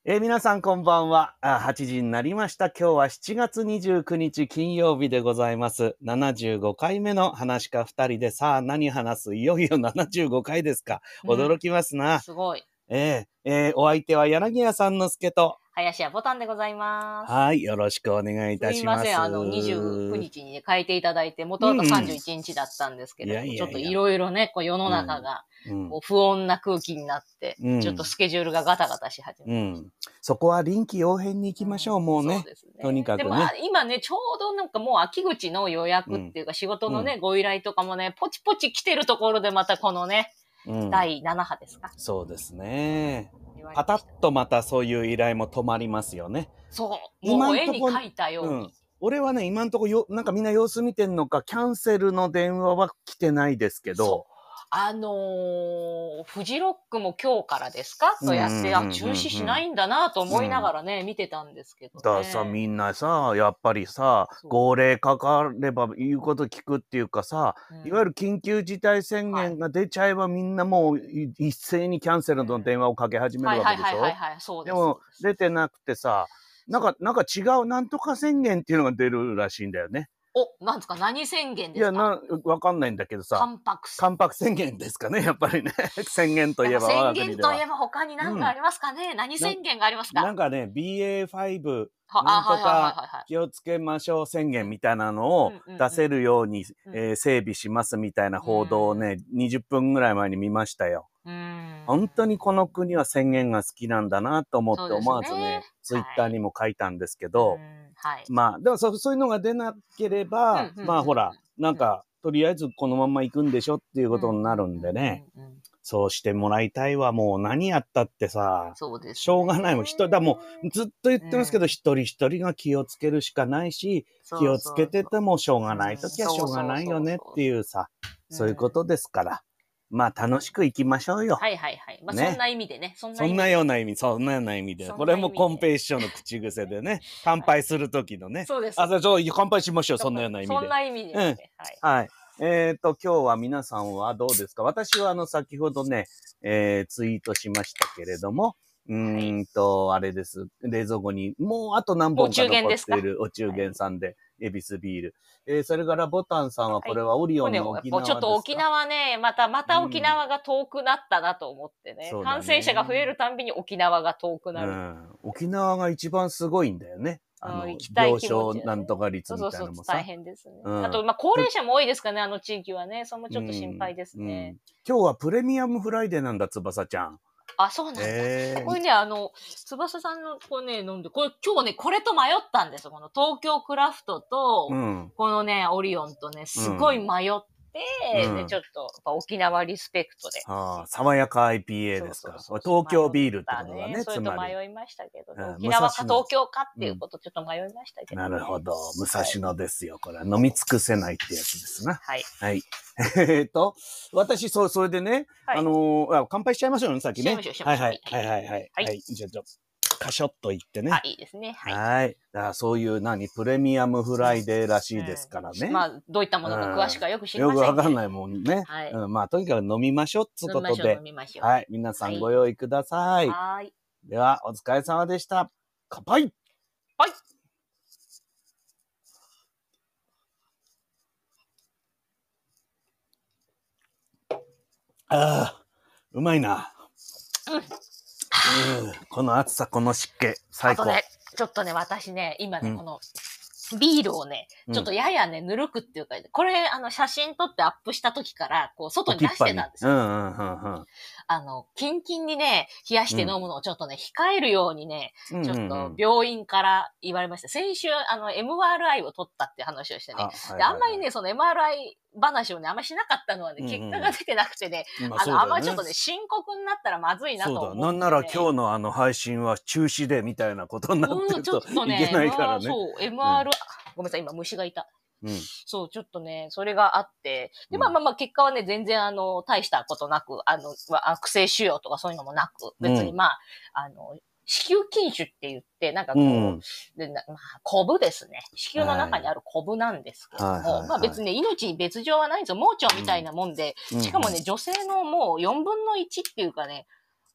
皆さんこんばんは。8時になりました。今日は7月29日金曜日でございます。75回目の話し家2人で、さあ何話す？いよいよ75回ですか。驚きますな。 すごい。 お相手は柳家さんの助と、 林家ボタンでございます。 はい、よろしくお願いいたします。 すいません、29日にね、変えていただいて、元々31日だったんですけれども、ちょっといろいろね、こう世の中が、こう不穏な空気になって、ちょっとスケジュールがガタガタし始めました。 そこは臨機応変に行きましょう、もうね。そうですね。とにかくね。 でも今ね、ちょうどなんかもう秋口の予約っていうか、仕事のね、ご依頼とかもね、ポチポチ来てるところでまたこのね、第7波ですか。 そうですね。パタッとまたそういう依頼も止まりますよね。 そう。もう絵に描いたように。 俺はね、今んとこなんかみんな様子見てんのか、キャンセルの電話は来てないですけど。 フジロックも今日からですかとやって、中止しないんだなと思いながらね、見てたんですけどね。 だからさ、みんなさ、やっぱりさ、号令かかれば言うこと聞くっていうかさ、いわゆる緊急事態宣言が出ちゃえばみんなもう一斉にキャンセルの電話をかけ始めるわけでしょ。でも出てなくてさ、なんか違う、なんとか宣言っていうのが出るらしいんだよね。 なんですか？何宣言ですか？ いや、わかんないんだけどさ。関白宣言ですかね、やっぱりね。宣言といえば宣言といえば他に何かありますかね、何宣言がありますか？ なんかね、BA.5 なんとか気をつけましょう宣言みたいなのを出せるように整備しますみたいな報道をね、20分ぐらい前に見ましたよ。本当にこの国は宣言が好きなんだなと思って思わずね、ツイッターにも書いたんですけど、まあ、でもそういうのが出なければ、まあほら、なんか、とりあえずこのまま行くんでしょっていうことになるんでね、そうしてもらいたいわ。もう何やったってさ、しょうがないもん。だもうずっと言ってますけど、一人一人が気をつけるしかないし、気をつけててもしょうがないときはしょうがないよねっていうさ、そういうことですから。まあ楽しく行きましょうよ。 はいはいはい。まあそんな意味でね。 そんなような意味で。これもコンペイ師匠の口癖でね。乾杯するときのね。 そうです。 乾杯しましょう。そんなような意味で。 そんな意味でね。 はい。今日は皆さんはどうですか？私は先ほどね、ツイートしましたけれども、あれです。冷蔵庫にもうあと何本か残っているお中元さんで、恵比寿ビール。それからボタンさんはこれはオリオンの沖縄ですか？ ちょっと沖縄ね、また沖縄が遠くなったなと思ってね。感染者が増えるたんびに沖縄が遠くなる。 沖縄が一番すごいんだよね。病床なんとか率みたいなのもさ。 大変ですね。あと、高齢者も多いですかね、あの地域はね。それもちょっと心配ですね。 今日はプレミアムフライデーなんだ、翼ちゃん。 そうなんだ。これね、翼さんのこれね、飲んで、今日ね、これと迷ったんですよ。この東京クラフトと、このね、オリオンとね、すごい迷って、で、ちょっと、沖縄リスペクトで。 爽やか IPA ですか。東京ビールってことだね、 それと迷いましたけど、沖縄か東京かっていうことちょっと迷いましたけど。 なるほど。武蔵野ですよ。これは飲み尽くせないってやつですな。 はい。 はい。私、それでね、乾杯しちゃいましょうね、さっきね。はい。じゃあ、カショッといってね。 いいですね。 はい。だからそういうプレミアムフライデーらしいですからね。 まあ、どういったものか詳しくはよく知りません。 よくわかんないもんね。まあ、とにかく飲みましょうっつうことで。はい。皆さんご用意ください。 はい。 では、お疲れ様でした。乾杯！ はい。 うまいな。この暑さ、この湿気、最高。 あとね、ちょっとね、私ね、今ね、この、ビールをね、ちょっとややね、ぬるくっていうか、これ、写真撮ってアップした時から、こう、外に出してたんですよ。キンキンにね、冷やして飲むのをちょっとね、控えるようにね、ちょっと病院から言われました。先週、MRI を取ったって話をしてね。あんまりね、その MRI 話をね、あんまりしなかったのはね、結果が出てなくてね、あんまりちょっとね、深刻になったらまずいなと思って。 そうだ。なんなら今日の配信は中止でみたいなことになってるといけないからね。 そう、MRI、ごめんなさい、今虫がいた。そう、ちょっとね、それがあって、で、まあ、結果はね、全然大したことなく、悪性腫瘍とかそういうのもなく、別に子宮筋腫って言って、なんかこう、コブですね。子宮の中にあるコブなんですけども、まあ別にね、命に別状はないんですよ。盲腸みたいなもんで、しかもね、女性のもう4分の1っていうかね、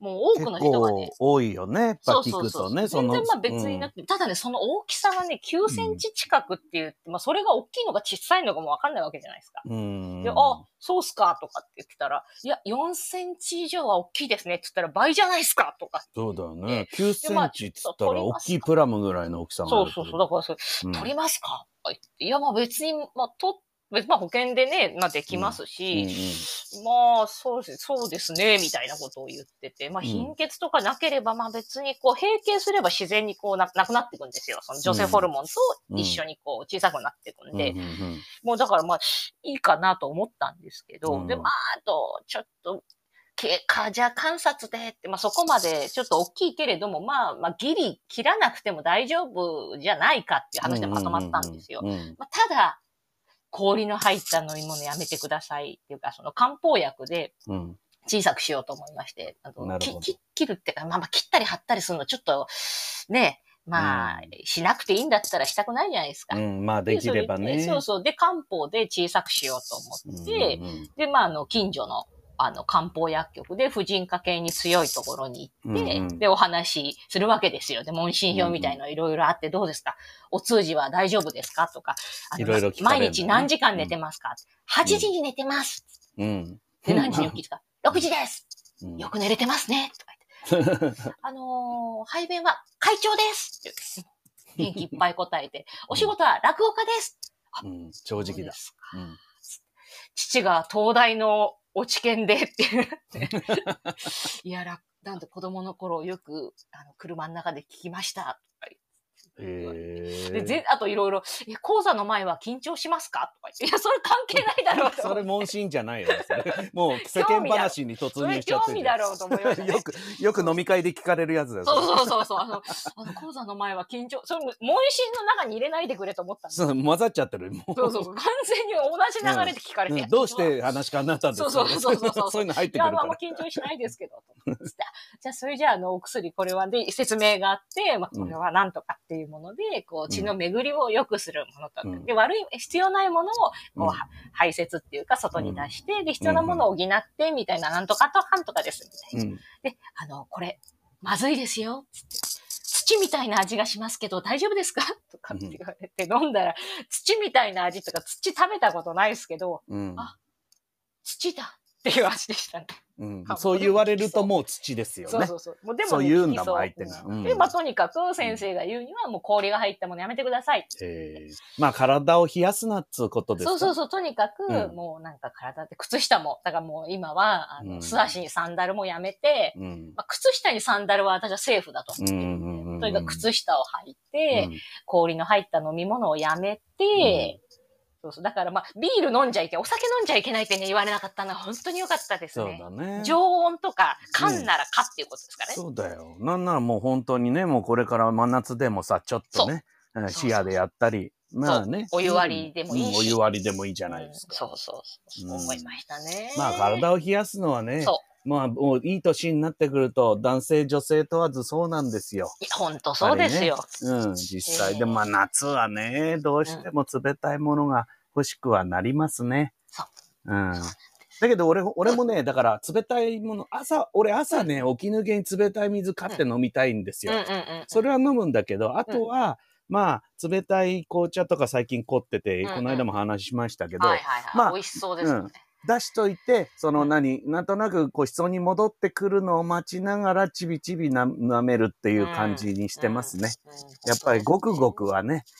もう多くの人がね。 結構多いよね。やっぱ聞くとね。 全然まあ別になって、ただね、その大きさがね、9センチ近くって言って、まあそれが大きいのか小さいのかもわかんないわけじゃないですか。で、そうっすかとかって言ってたら、いや、4センチ以上は大きいですねって言ったら倍じゃないですかとか。 そうだよね。9センチって言ったら大きいプラムぐらいの大きさがある。 そう。だからそれ、取りますかいや、まあ別に、まあまあ保険でね、まあできますし、まあそうですね、みたいなことを言ってて、まあ貧血とかなければ、まあ別にこう閉経すれば自然にこうなくなっていくんですよ。その女性ホルモンと一緒にこう小さくなっていくんで、もうだからまあいいかなと思ったんですけど、で、まああと、ちょっと、経過じゃ観察でって、まあそこまでちょっと大きいけれども、まあギリ切らなくても大丈夫じゃないかっていう話でまとまったんですよ。まあ、ただ、氷の入った飲み物やめてくださいっていうか、その漢方薬で小さくしようと思いまして、切るっていうか、まあ切ったり貼ったりするのちょっとね、まあ、しなくていいんだったらしたくないじゃないですか。 まあできればね。 そう。で、漢方で小さくしようと思って、で、まあ近所の漢方薬局で婦人科系に強いところに行って、で、お話しするわけですよ。で、問診票みたいのいろいろあって、どうですか？お通じは大丈夫ですか？とか、毎日何時間寝てますか？8時に寝てます。で、何時に起きですか？6時です。よく寝れてますね。とか言って。排便は会長ですって元気いっぱい答えて、お仕事は落語家です。 正直だ。 父が東大の落ち研でっていう。いや、なんて子供の頃よく車の中で聞きました。とかで、あといろいろ、講座の前は緊張しますかとか言って、いや、それ関係ないだろうと。 それ問診じゃないよね。もう世間話に突入しちゃって。 興味だろうと思いました、ね。 よく飲み会で聞かれるやつだよ。 そう。講座の前は緊張、それ問診の中に入れないでくれと思ったんです。 混ざっちゃってる。 そう。完全に同じ流れで聞かれて。 どうして話かになったんですか？ そう。 そういうの入ってくるから。いや、 まあ緊張しないですけど。じゃあ、それじゃあ、お薬、これはで、説明があって、まあ、これはなんとかっていうもので、こう、血の巡りを良くするものと、で、必要ないものを、こう、排泄っていうか、外に出して、で、必要なものを補って、みたいな、なんとかとかんとかです、みたいな。で、これ、まずいですよ、つって。土みたいな味がしますけど、大丈夫ですかとかって言われて、飲んだら、土みたいな味とか、土食べたことないですけど、あ、土だっていう味でしたね。 そう言われるともう土ですよね。 そう。もうでも、 そう言うんだもん、相手が。 で、まあ、とにかく先生が言うには、もう氷が入ったものやめてください。 まあ、体を冷やすなっつうことですか？ そう。とにかく、もうなんか体で、靴下も、だからもう今は、素足にサンダルもやめて、まあ、靴下にサンダルは私はセーフだと思ってるんで、とにかく靴下を履いて、氷の入った飲み物をやめて、そう。だからまあ、ビール飲んじゃいけない、お酒飲んじゃいけないってね、言われなかったのは本当に良かったですね。 そうだね。 常温とか、缶ならかっていうことですかね。 そうだよ。なんならもう本当にね、もうこれから真夏でもさ、ちょっとね、視野でやったり、まあね。 お湯割りでもいいし。 お湯割りでもいいじゃないですか。 そう思いましたね。 まあ体を冷やすのはね、まあもういい年になってくると、男性女性問わずそうなんですよ。 いや、本当そうですよ。 実際。でもまあ夏はね、どうしても冷たいものが欲しくはなりますね。だけど俺もね、だから冷たいもの、俺朝ね、起き抜けに冷たい水買って飲みたいんですよ。それは飲むんだけど、あとは、まあ、冷たい紅茶とか最近凝ってて、この間も話しましたけど、 まあ、美味しそうですね。 出しといて、なんとなく個室に戻ってくるのを待ちながらちびちび舐めるっていう感じにしてますね。やっぱりごくごくはね。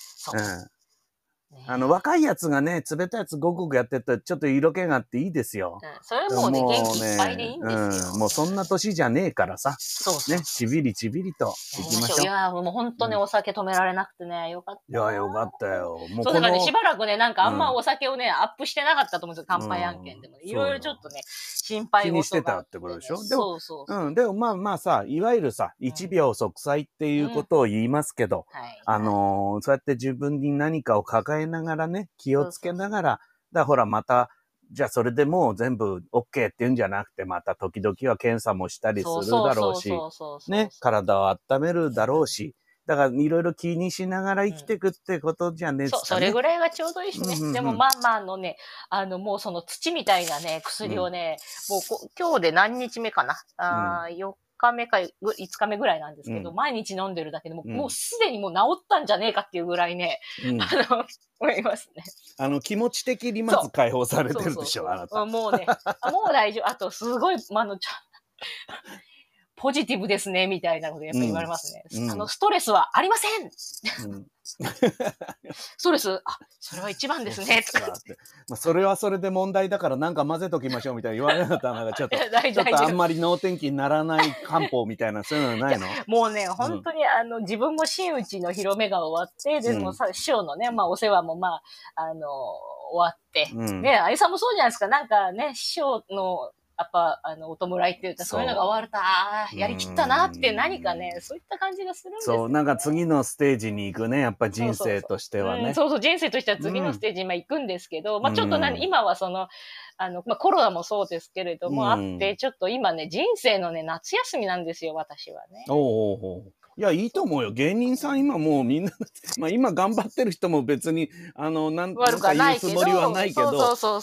若いやつがね、冷たいやつごくごくやってると、ちょっと色気があっていいですよ。 それもうね、元気いっぱいでいいんですよ。 もうそんな年じゃねえからさ。ね、ちびりちびりと行きましょう。 いや、もう本当にお酒止められなくてね、よかった。 いや、よかったよ。 もうそうだからね、しばらくね、なんかあんまお酒をね、アップしてなかったと思うんですよ、乾杯案件でも。いろいろちょっとね、心配気にしてたってことでしょ？ そう。 でもまあさ、いわゆるさ、一秒息災っていうことを言いますけど、そうやって自分に何かを抱えながらね、気をつけながら、ほらまた、じゃあそれでもう全部 OK って言うんじゃなくて、また時々は検査もしたりするだろうし、ね、体を温めるだろうし、だからいろいろ気にしながら生きていくってことじゃねえっすかね。 それぐらいがちょうどいいしね。でもまあね、もうその土みたいなね、薬をね、もう今日で何日目かな。4 日目か5日目ぐらいなんですけど、毎日飲んでるだけでもうすでにもう治ったんじゃねえかっていうぐらいね、思いますね。 気持ち的にまず解放されてるでしょ、あなた。 もうね、もう大丈夫。あと、すごい、ポジティブですね、みたいなことやっぱ言われますね。ストレスはありません、ストレス、それは一番ですね、とか。 それはそれで問題だからなんか混ぜときましょうみたいな言われなかったら、なんかちょっとあんまり能天気にならない漢方みたいな、そういうのないの？ もうね、本当に自分も真打ちの広めが終わって、でも師匠のね、お世話も終わって、ね、愛さんもそうじゃないですか。なんかね、師匠の、やっぱ、お弔いって言ったら、そういうのが終わると、やりきったなって、何かね、そういった感じがするんですよ、ね。 そう、なんか次のステージに行くね、やっぱ人生としてはね。 そう、人生としては次のステージに行くんですけど、ちょっと今はコロナもそうですけれども、あって、ちょっと今ね、人生のね、夏休みなんですよ、私はね。 いや、いいと思うよ。芸人さん今もうみんな、今頑張ってる人も別に、なんか言うつもりはないけど。 そう。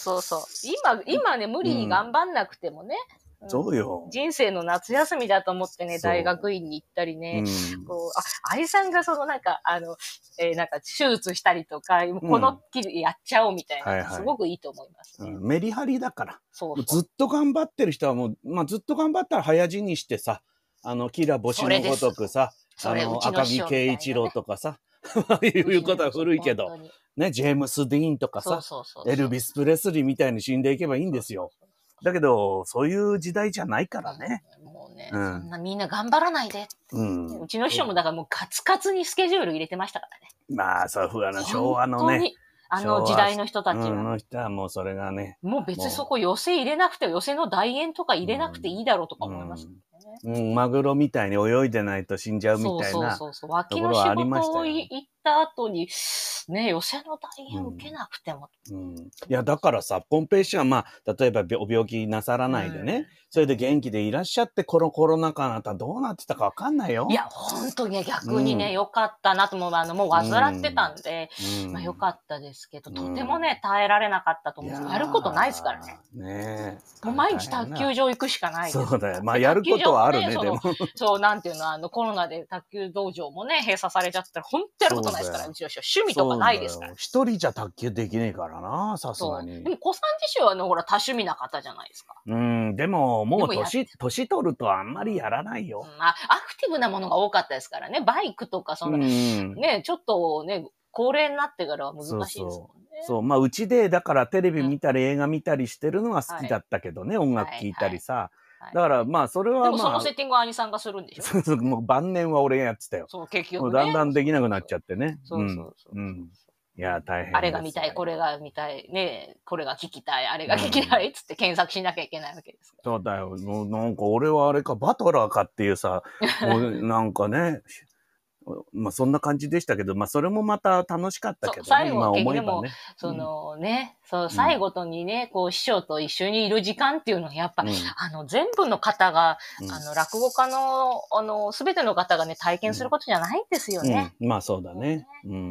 今ね、無理に頑張んなくてもね。 そうよ。 人生の夏休みだと思ってね、大学院に行ったりね、愛さんがなんか手術したりとか、このきりやっちゃおうみたいな、すごくいいと思いますね。 メリハリだから。ずっと頑張ってる人はもう、ずっと頑張ったら早死にしてさ、キラ星のごとくさ、赤木圭一郎とかさ、いうことは古いけど、ね、ジェームス・ディーンとかさ、エルビス・プレスリーみたいに死んでいけばいいんですよ。だけど、そういう時代じゃないからね。 もうね、そんなみんな頑張らないで。うちの師匠もだからもうカツカツにスケジュール入れてましたからね。 そう、昭和のね。 時代の人たちは。 の人はもうそれがね。 もう別にそこ寄せ入れなくて、寄せの代演とか入れなくていいだろうとか思いますね。 マグロみたいに泳いでないと死んじゃうみたいな。 そう。脇の仕事を行った後に、ね、寄せの代演受けなくても。 いや、だからさ、ポンペイ氏は例えばお病気なさらないでね、それで元気でいらっしゃって、コロナ禍あなたどうなってたかわかんないよ。 いや、本当にね、逆にね、良かったなともう患ってたんで、良かったですけど、とてもね、耐えられなかったと思う。やることないですからね。もう毎日卓球場行くしかないです。 そうだよ。やることはあるね、でも。 そう、なんていうの、コロナで卓球道場もね、閉鎖されちゃったら、本当やることないですから、うちの人。趣味とかないですから。 一人じゃ卓球できねえからな、さすがに。 でも、小さん自身はほら、多趣味な方じゃないですか。 でも、もう年取るとあんまりやらないよ。 アクティブなものが多かったですからね。バイクとか、ね、ちょっとね、高齢になってからは難しいですもんね。 そう、うちで、だからテレビ見たり映画見たりしてるのが好きだったけどね、音楽聴いたりさ。だからそれはでもそのセッティングは兄さんがするんでしょ？ もう晩年は俺がやってたよ。 そう、結局ね。だんだんできなくなっちゃってね。 そう。 いや、大変。 あれが見たい、これが見たい、ね、これが聞きたい、あれが聞きたいっつって検索しなきゃいけないわけですから。 そうだよ。もうなんか俺はあれか、バトラーかっていうさ、もうなんかね、そんな感じでしたけど、それもまた楽しかったけどね、今思えばね。 最後にね、こう、師匠と一緒にいる時間っていうのは、やっぱ、全部の方が、落語家の、すべての方がね、体験することじゃないんですよね。 そうだね。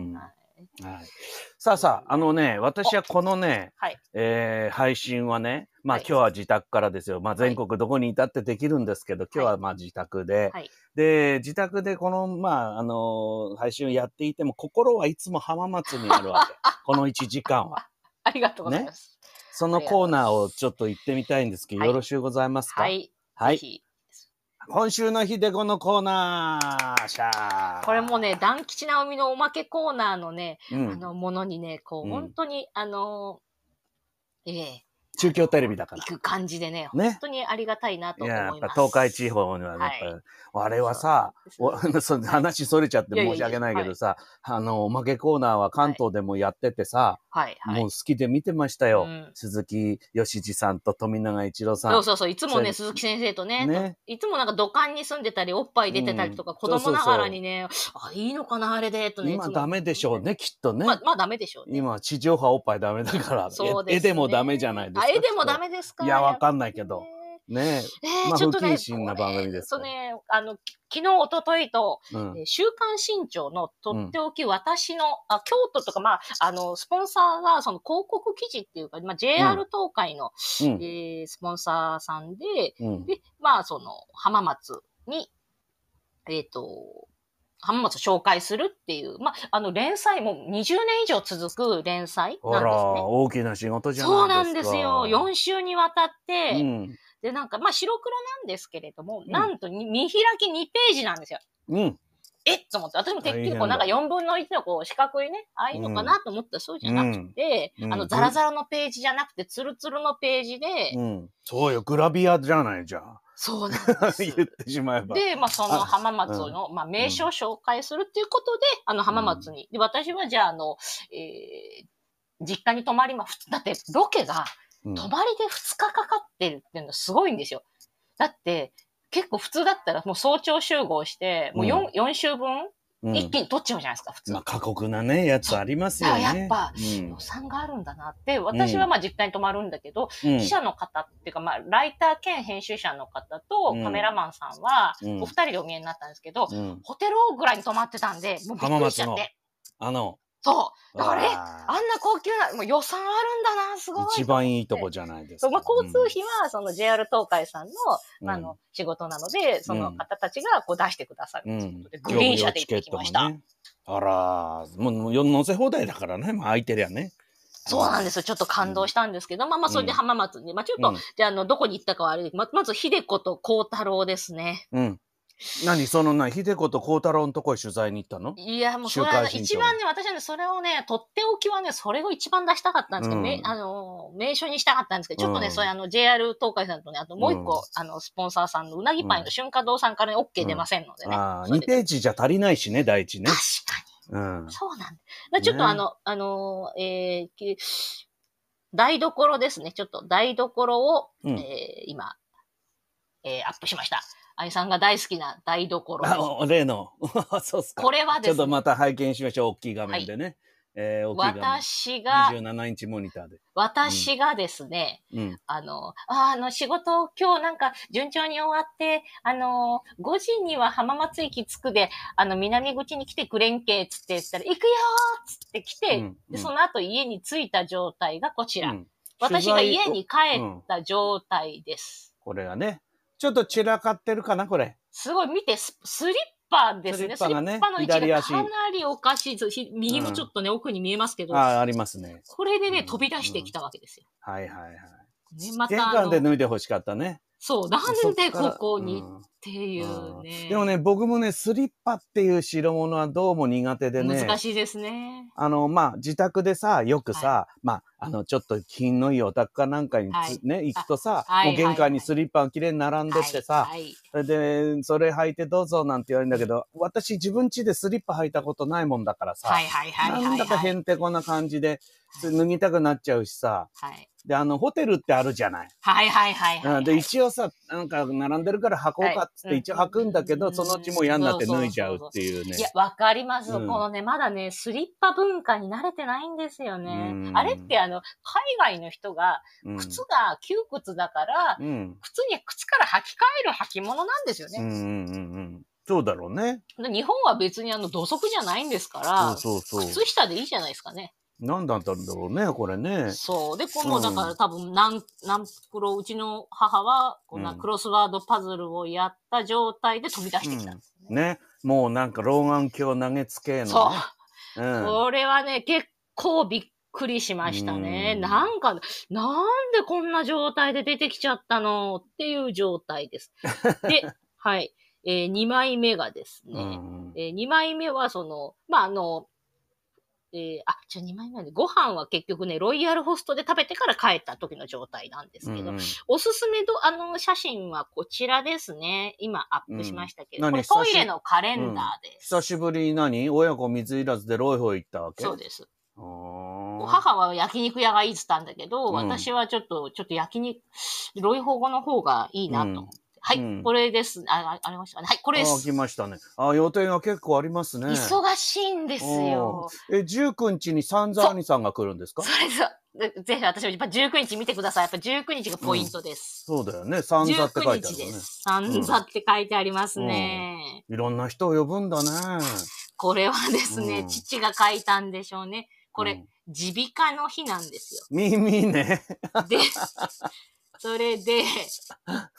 さあ、私はこのね、配信はね、今日は自宅からですよ。全国どこにいたってできるんですけど、今日は自宅で。で、自宅でこの、配信をやっていても、心はいつも浜松にあるわけ。この1時間は。 ありがとうございます。 そのコーナーをちょっと行ってみたいんですけど、よろしゅうございますか？ はい。はい。 今週のひでこのコーナー。 これもね、団吉直美のおまけコーナーのね、ものにね、こう、本当に、 中京テレビだから。 行く感じでね、本当にありがたいなと思います。 やっぱ東海地方にはやっぱ、あれはさ、話それちゃって申し訳ないけどさ、おまけコーナーは関東でもやっててさ、もう好きで見てましたよ。鈴木義次さんと富永一郎さん。 そう、いつもね、鈴木先生とね、いつもなんか土管に住んでたり、おっぱい出てたりとか、子供ながらにね、いいのかな、あれで、とね。 今ダメでしょうね、きっとね。 ダメでしょうね。 今、地上波おっぱいダメだから、絵でもダメじゃないですか。 絵でもダメですか？ いや、わかんないけど。ねえ。 ちょっとね、 不謹慎な番組です。 昨日、一昨日と、週刊新潮のとっておき私の、京都とか、スポンサーが、その広告記事っていうか、JR 東海の、スポンサーさんで、で、浜松に、浜松を紹介するっていう、連載も20年以上続く連載なんですね。 あら、大きな仕事じゃないですか。 そうなんですよ。4週にわたって、で、なんか、白黒なんですけれども、なんと見開き2ページなんですよ。と思って、私もてっきりなんか4分の1の四角いね、ああいうのかなと思ったらそうじゃなくて、ザラザラのページじゃなくて、ツルツルのページで。 そうよ、グラビアじゃないじゃん。 そうなんです。 言ってしまえば。 で、その浜松の、名所を紹介するっていうことで、浜松に。で、私はじゃあ、実家に泊まりだってロケが、泊まりで2日かかってるっていうのはすごいんですよ。だって、結構普通だったらもう早朝集合して、もう 4週分一気に取っちゃうじゃないですか、普通。 過酷なね、やつありますよね。 やっぱ、予算があるんだなって、私は実家に泊まるんだけど、記者の方っていうか、ライター兼編集者の方とカメラマンさんは、お二人でお見えになったんですけど、ホテルオーぐらいに泊まってたんで、もうびっくりしちゃって。そう。だから、あんな高級な、もう予算あるんだな、すごい。 一番いいとこじゃないですか。 交通費は、その JR 東海さんの、仕事なので、その方たちがこう出してくださるということで、グリーン車で行ってきました。 あら、もう乗せ放題だからね、空いてりゃね。 そうなんですよ。ちょっと感動したんですけど、それで浜松に、ちょっと、じゃあ、どこに行ったかはあれで、まず、秀子と幸太郎ですね。 秀子と幸太郎のとこへ取材に行ったの？ いや、もうそれは一番ね、私はね、それをね、とっておきはね、それを一番出したかったんですけど、名所にしたかったんですけど、ちょっとね、それJR 東海さんとね、あともう一個、スポンサーさんのうなぎパイの春華堂さんからね、OK 出ませんのでね。 2ページじゃ足りないしね、第一ね。 確かに。そうなんだ。ちょっと台所ですね。ちょっと台所を、今、アップしました。愛さんが大好きな台所。 例の。そうっすか。 これはですね。 ちょっとまた拝見しましょう。大きい画面でね。 私が、 27インチモニターで。 私がですね、仕事今日なんか順調に終わって、5時には浜松駅着くで、南口に来てくれんけ、つって言ったら、行くよーつって来て、で、その後家に着いた状態がこちら。私が家に帰った状態です。 これがね。ちょっと散らかってるかな、これ。 すごい、見て、スリッパですね。 スリッパがね、 の位置がかなりおかしい。右もちょっとね、奥に見えますけど。 ありますね。 これでね、飛び出してきたわけですよ。 はいはいはい。 また玄関で脱いで欲しかったね。 そう、なんでここにっていうね。 でもね、僕もね、スリッパっていう代物はどうも苦手でね。 難しいですね。 自宅でさ、よくさ、ちょっと品のいいお宅かなんかにね、行くとさ、もう玄関にスリッパがきれいに並んでってさ、で、それ履いてどうぞなんて言われるんだけど、私自分家でスリッパ履いたことないもんだからさ、なんだかへんてこな感じで、脱ぎたくなっちゃうしさ、で、ホテルってあるじゃない。で、一応さ、なんか並んでるから履こうかっつって一応履くんだけど、そのうちもう嫌になって脱いじゃうっていうね。 いや、わかります。このね、まだね、スリッパ文化に慣れてないんですよね。あれって海外の人が、靴が窮屈だから、靴から履き替える履物なんですよね。 そうだろうね。 日本は別に土足じゃないんですから、靴下でいいじゃないですかね。 なんだったんだろうね、これね。 そう。で、この、だから多分、うちの母は、こんなクロスワードパズルをやった状態で飛び出してきたんですね。ね。もうなんか老眼鏡投げつけのね。 そう。これはね、結構びっくりしましたね。なんでこんな状態で出てきちゃったのっていう状態です。で、はい。2枚目がですね、2枚目は2枚目で、ご飯は結局ね、ロイヤルホストで食べてから帰った時の状態なんですけど、おすすめ写真はこちらですね。今アップしましたけど、これトイレのカレンダーです。 久しぶりに親子水入らずでロイホ行ったわけ？ そうです。母は焼肉屋がいいって言ったんだけど、私はちょっと焼肉、ロイホの方がいいなと。はい、これです。ありましたね。はい、これです。 来ましたね。予定が結構ありますね。 忙しいんですよ。 19日に三座兄さんが来るんですか？ そうです。ぜひ私もやっぱ19日見てください。やっぱ19日がポイントです。 そうだよね。三座って書いてあるね。19日です。 三座って書いてありますね。 いろんな人を呼ぶんだね。 これはですね、父が書いたんでしょうね。これ、耳鼻科の日なんですよ。 耳ね。 で、それで、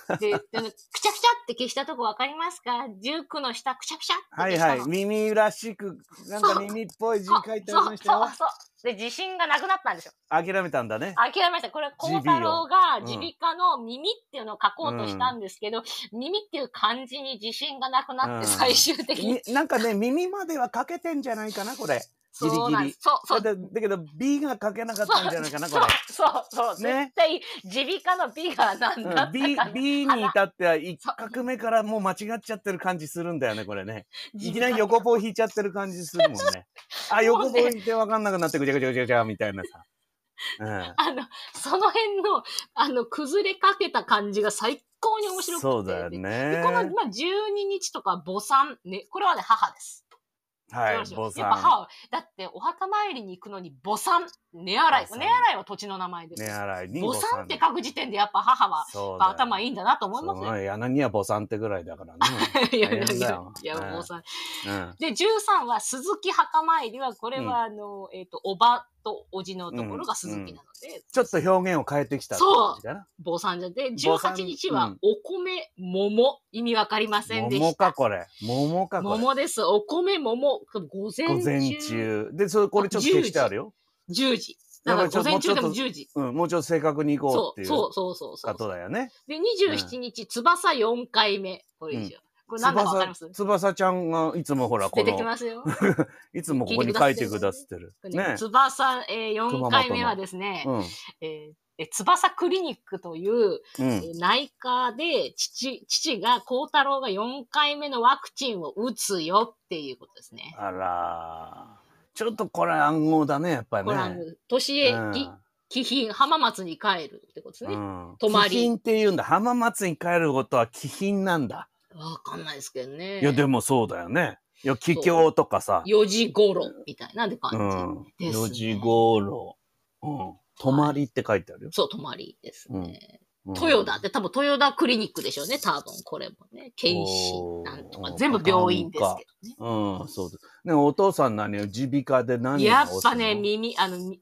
で、くちゃくちゃって消したとこわかりますか？19の下、くちゃくちゃって消したの。 はいはい。耳らしく、なんか耳っぽい字書いてありましたよ。 そう。で、自信がなくなったんですよ。 諦めたんだね。 諦めました。これ、孝太郎が耳鼻科の耳っていうのを書こうとしたんですけど、耳っていう漢字に自信がなくなって最終的に。 なんかね、耳までは書けてんじゃないかな、これ。ギリギリ。 そう。 だけど、B が書けなかったんじゃないかな、これ。 そう。ね、絶対、耳鼻科の B がなんだったかな。 B に至っては一画目からもう間違っちゃってる感じするんだよね、これね。いきなり横棒引いちゃってる感じするもんね。横棒引いてわかんなくなってぐちゃぐちゃぐちゃぐちゃみたいなさ。 その辺の、崩れかけた感じが最高に面白くて。 そうだよね。 で、この、12日とか母産、ね、これはね、母です。 はい、母産。 やっぱ母、だってお墓参りに行くのに母産、根洗い。根洗いは土地の名前です。 根洗いに母産って書く時点でやっぱ母は、頭いいんだなと思いますよ。 柳は母産ってぐらいだからね。 いや、母産。で、13は鈴木墓参りは、これはおばとおじのところが鈴木なので。 ちょっと表現を変えてきたって感じかな。 母産じゃで、18日はお米、桃。意味わかりませんでした。 桃かこれ。 桃です。お米、桃。午前中。 で、これちょっと消してあるよ。 10時。だから午前中でも10時。 もうちょっと正確に行こうっていう。ことだよね。 で、27日、翼4回目。これ以上。これ何だかわかります？ 翼ちゃんがいつもほら、 出てきますよ。 いつもここに書いてくださってる。 ね。翼4回目はですね、翼クリニックという内科で父が、孝太郎が4回目のワクチンを打つよっていうことですね。 あらちょっとこれ暗号だね、やっぱりね。これ暗号。 年へ、貴賓、浜松に帰るってことですね。泊まり。 貴賓って言うんだ。浜松に帰ることは貴賓なんだ。 わかんないですけどね。 いや、でもそうだよね。いや、帰郷とかさ。 4時頃みたいな感じです、ね。 4時頃。泊まりって書いてあるよ。 そう、泊まりですね。豊田って多分豊田クリニックでしょうね、多分これもね。検診なんとか。全部病院ですけどね。 そうです。ね、お父さん何よ、耳鼻科で何をやっぱね、耳に、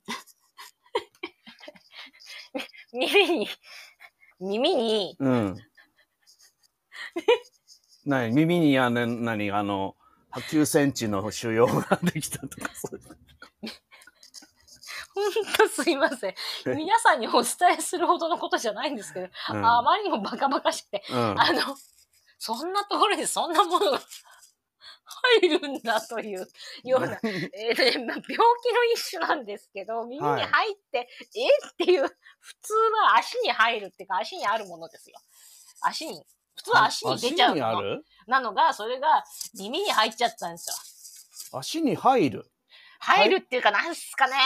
耳に9センチの腫瘍ができたとか、そういう。 ほんとすいません。皆さんにお伝えするほどのことじゃないんですけど、あまりにもバカバカしくて、そんなところにそんなものが入るんだというような、病気の一種なんですけど、耳に入って、っていう、普通は足に入るっていうか、足にあるものですよ。普通は足に出ちゃうものなのが、それが耳に入っちゃったんですよ。足に入るっていうか、なんすかね。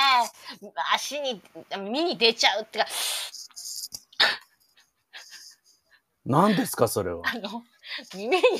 耳に出ちゃうっていうか。 何ですか、それは。 耳に。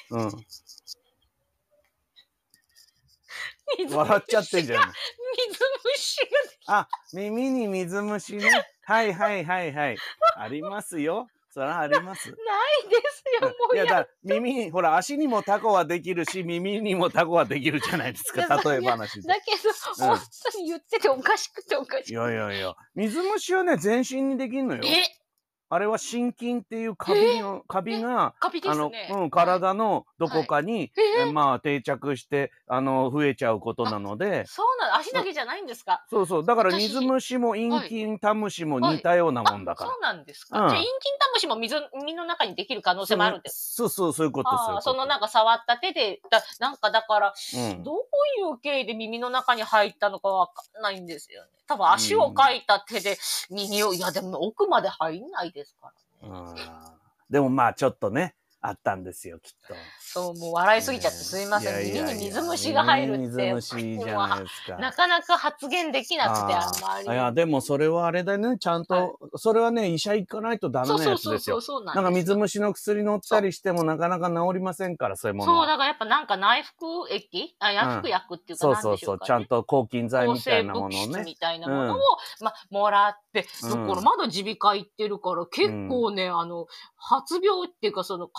笑っちゃってんじゃん。 水虫が。耳に水虫ね。はい。ありますよ。そらあります。 ないですよ、もう。 いや、だ耳、ほら、足にもタコはできるし、耳にもタコはできるじゃないですか、例え話で。 だけど、本当に言ってておかしくて。いや。水虫はね、全身にできんのよ。あれは心筋っていうカビが、体のどこかに、定着して、増えちゃうことなので。 そうなの？足だけじゃないんですか？ そう。だから水虫も陰菌タムシも似たようなもんだから。 そうなんですか？じゃあ陰菌タムシも耳の中にできる可能性もあるんですか？そういうことですよ。 そのなんか触った手で、なんかだから、どういう経緯で耳の中に入ったのかわかんないんですよね。多分足をかいた手で耳を、いやでも奥まで入んないですからね。 でもちょっとね、あったんですよ、きっと。 そう、もう笑いすぎちゃってすいません。耳に水虫が入るって。 水虫じゃないですか。 なかなか発言できなくて、あんまり。 いや、でもそれはあれだね、ちゃんと、それはね、医者行かないとダメなやつですよ。そうなんか水虫の薬乗ったりしてもなかなか治りませんから、そういうものは。 そう、だからやっぱなんか内服液薬薬っていうかなんでしょうかね。 ちゃんと抗菌剤みたいなものをね。 みたいなものを、もらって、だからまだ耳鼻科行ってるから、結構ね、発病っていうか、潰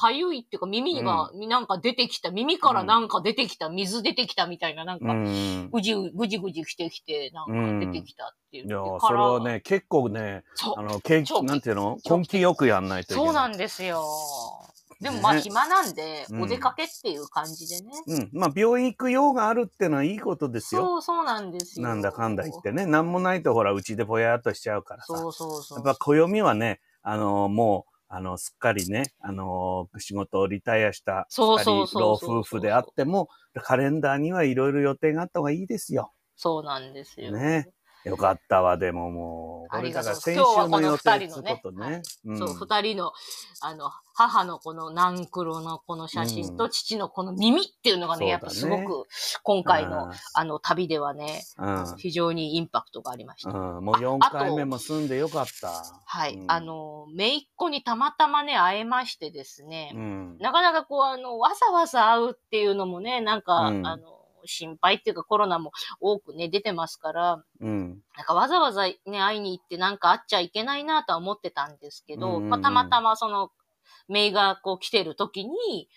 かゆいっていうか耳がなんか出てきた、耳からなんか出てきた、水出てきたみたいな、なんか、ぐじぐじしてきて、なんか出てきたっていう。 いや、それはね、結構ね、なんていうの？根気よくやんないといけない。 そうなんですよ。でもまあ暇なんで、お出かけっていう感じでね。 まあ病院行く用があるってのはいいことですよ。 そうなんですよ。 なんだかんだ言ってね。なんもないとほら、うちでぼやっとしちゃうからさ。 そう。 やっぱ暦はね、もう、すっかりね、仕事をリタイアした二人老夫婦であっても、カレンダーにはいろいろ予定があった方がいいですよ。 そうなんですよ。 ね。よかったわ、でももう。 ありがとう。 先週の予定のことね。 そう、二人の、母のこのナンクロのこの写真と、父のこの耳っていうのがね、やっぱすごく、今回の、旅ではね、非常にインパクトがありました。 もう4回目も住んでよかった。 はい。姪っ子にたまたまね、会えましてですね、なかなかこう、わざわざ会うっていうのもね、なんか、心配っていうかコロナも多くね、出てますから、なんかわざわざね、会いに行ってなんか会っちゃいけないなとは思ってたんですけど、まあ、たまたまその、メイがこう来てる時に、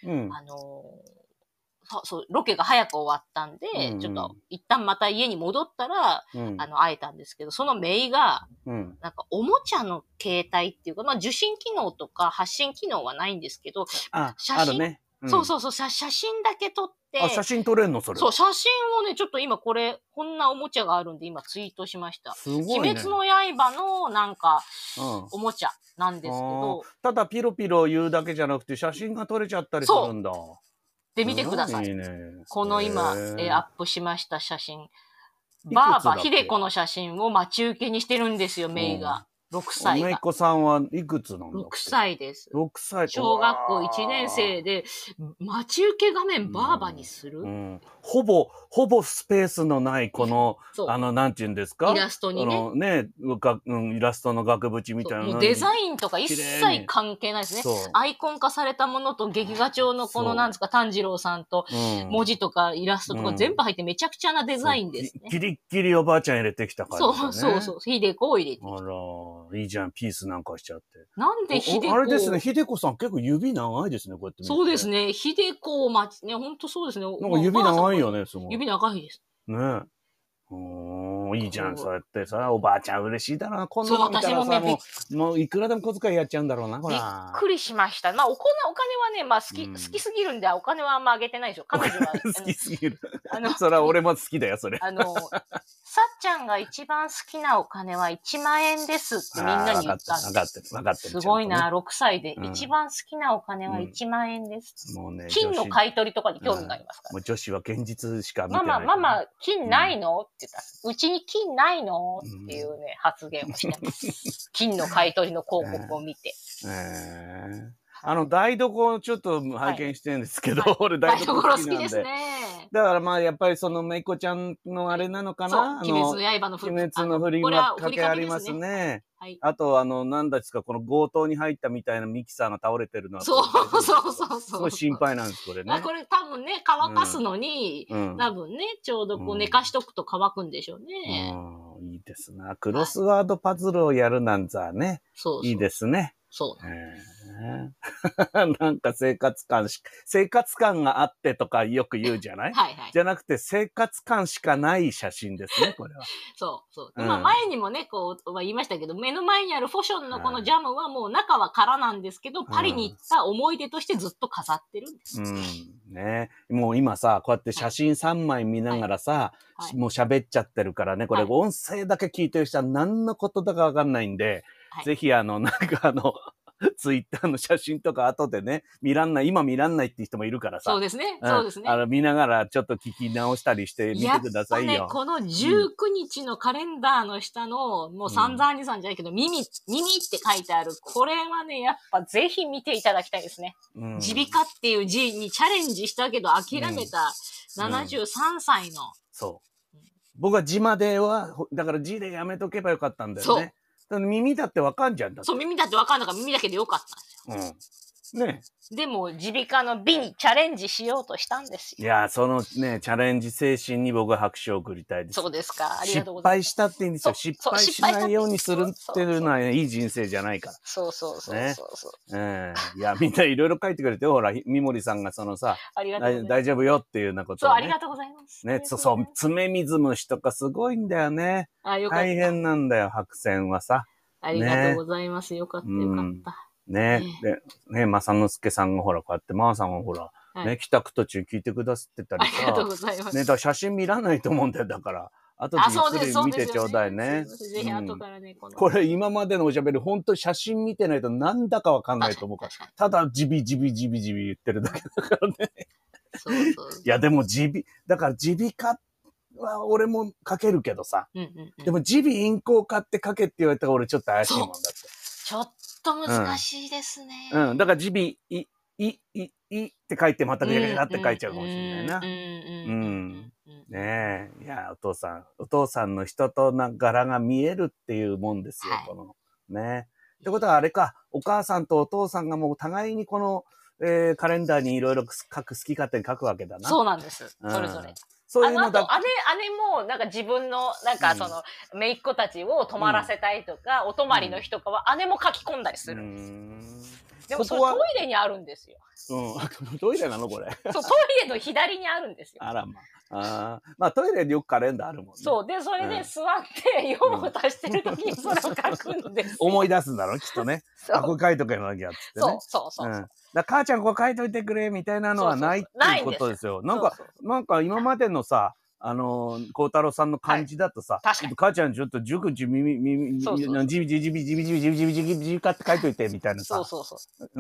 ロケが早く終わったんで、ちょっと一旦また家に戻ったら、会えたんですけど、そのメイが、なんかおもちゃの携帯っていうか、まあ受信機能とか発信機能はないんですけど、写真、ね、そう、写真だけ撮って、 写真撮れんのそれ。 そう、写真をね、ちょっと今こんなおもちゃがあるんで今ツイートしました。すごいね。鬼滅の刃のなんか、おもちゃなんですけど。 ただピロピロ言うだけじゃなくて写真が撮れちゃったりするんだ。 で、見てください。いいね、この今、アップしました写真。ばあば、ひでこの写真を待ち受けにしてるんですよ、メイが。6歳が。 めいこさんはいくつなんだっけ？ 6 歳です。 6歳。 小学校1年生で、待ち受け画面ばあばにする、 ほぼスペースのない、この、なんて言うんですか？ イラストにね。 イラストの額縁みたいなの。 もうデザインとか一切関係ないですね。アイコン化されたものと劇画調のこのなんですか、炭治郎さんと文字とかイラストとか全部入ってめちゃくちゃなデザインですね。 ギリッギリおばあちゃん入れてきた感じだね。 そう。ひでこを入れてきた。 あら。いいじゃん、ピースなんかしちゃって。 なんでひでこ？ あれですね、ひでこさん結構指長いですね、こうやって見て。 そうですね、ひでこね、ほんとそうですね。 なんか指長いよね、すごい。 指長いです。 ねいいじゃん、そうやってさ、おばあちゃん嬉しいだろうな、こんなの見たらさ、もういくらでも小遣いやっちゃうんだろうな、ほら。 びっくりしました。まあ、お金はね、まあ、好きすぎるんで、お金はあんまあげてないでしょ。彼女は。 好きすぎる。それは俺も好きだよ、それ。 さっちゃんが一番好きなお金は1万円ですってみんなに言ったんです。 分かってる。 すごいな、6歳で。一番好きなお金は1万円です。もうね、金の買い取りとかに興味がありますから。 もう女子は現実しか見てない。 ママ、金ないのって言ったら、うちに金ないのっていうね、発言をしてます。金の買い取りの広告を見て。 台所をちょっと拝見してるんですけど、俺台所好きですね。だからまあやっぱりそのめいこちゃんのあれなのかな。 鬼滅の刃の鬼滅の振りがかけありますね。あとなんですか、この強盗に入ったみたいなミキサーが倒れてるのは。そう。すごい心配なんです、これね。 これ多分ね、乾かすのに、多分ね、ちょうどこう寝かしとくと乾くんでしょうね。 いいですな。クロスワードパズルをやるなんざね。いいですね。 そう。 なんか生活感があってとかよく言うじゃない？じゃなくて生活感しかない写真ですね、これは。 そう。まあ前にもね、こう言いましたけど、目の前にあるフォションのこのジャムはもう中は空なんですけど、パリに行った思い出としてずっと飾ってるんです。 ね。もう今さ、こうやって写真3枚見ながらさ、もう喋っちゃってるからね、これ音声だけ聞いてる人は何のことだかわかんないんで、ぜひなんかツイッターの写真とか後でね、今見らんないって人もいるからさ。 そうですね。 見ながらちょっと聞き直したりして見てくださいよ。 やっぱね、この19日のカレンダーの下の、もう散々にさんじゃないけど、耳って書いてある。これはね、やっぱぜひ見ていただきたいですね。耳鼻科っていう字にチャレンジしたけど諦めた73歳の。 そう。僕は字までは、だから字でやめとけばよかったんだよね。耳だってわかんじゃんだって。 そう、耳だってわかんだから耳だけでよかったんですよ。 ね。 でも、耳鼻科の美にチャレンジしようとしたんですよ。 いや、そのね、チャレンジ精神に僕は拍手を送りたいです。 そうですか。ありがとうございます。 失敗したっていいんですよ。失敗しないようにするっていうのは、ね、いい人生じゃないから。 そうそうそう。 ね。いや、みんないろいろ書いてくれて、ほら、三森さんがそのさ、大丈夫よっていうようなことを、ね。そう、ありがとうございます。 ね、そう、爪水虫とかすごいんだよね。大変なんだよ、白線はさ。 ありがとうございます。よかった、よかった。 ね。で、ね、正之助さんがほら、こうやって、まーさんがほら、ね、帰宅途中聞いてくださってたりさ。 ありがとうございます。 ね、だから写真見らないと思うんだよ、だから。後でゆっくり見てちょうだいね。 ぜひ後からね、 これ今までのおしゃべり、本当写真見てないとなんだかわかんないと思うから。ただ、ジビジビ言ってるだけだからね。 そう。 いや、でもだから耳鼻科は俺もかけるけどさ。でも耳鼻咽喉科ってかけって言われたら俺ちょっと怪しいもんだって。 ちょっと難しいですね。 だから耳鼻、って書いてまたぐちゃぐちゃって書いちゃうかもしれないな。ねえ。いや、お父さんの人とな柄が見えるっていうもんですよ、この。ね。ってことはあれか、お母さんとお父さんがもう互いにこの、カレンダーにいろいろ好き勝手に書くわけだな。 そうなんです。それぞれ。 そういうのだ。 姉も、なんか自分の、なんかその、姪っ子たちを泊まらせたいとか、お泊まりの日とかは姉も書き込んだりするんですよ。でもそれトイレにあるんですよ。 トイレなのこれ。 そう、トイレの左にあるんですよ。 あらまあ。まあトイレによくカレンダーあるもんね。 そう。で、それで座って用を足してる時にそれを書くんですよ。 思い出すんだろ、きっとね。これ書いとけなきゃってね。 そう。 母ちゃんこれ書いといてくれみたいなのはないっていうことですよ。なんか今までのさ、孝太郎さんの感じだとさ、母ちゃんちょっと塾ジビカって書いといてみたいなさ。 そう。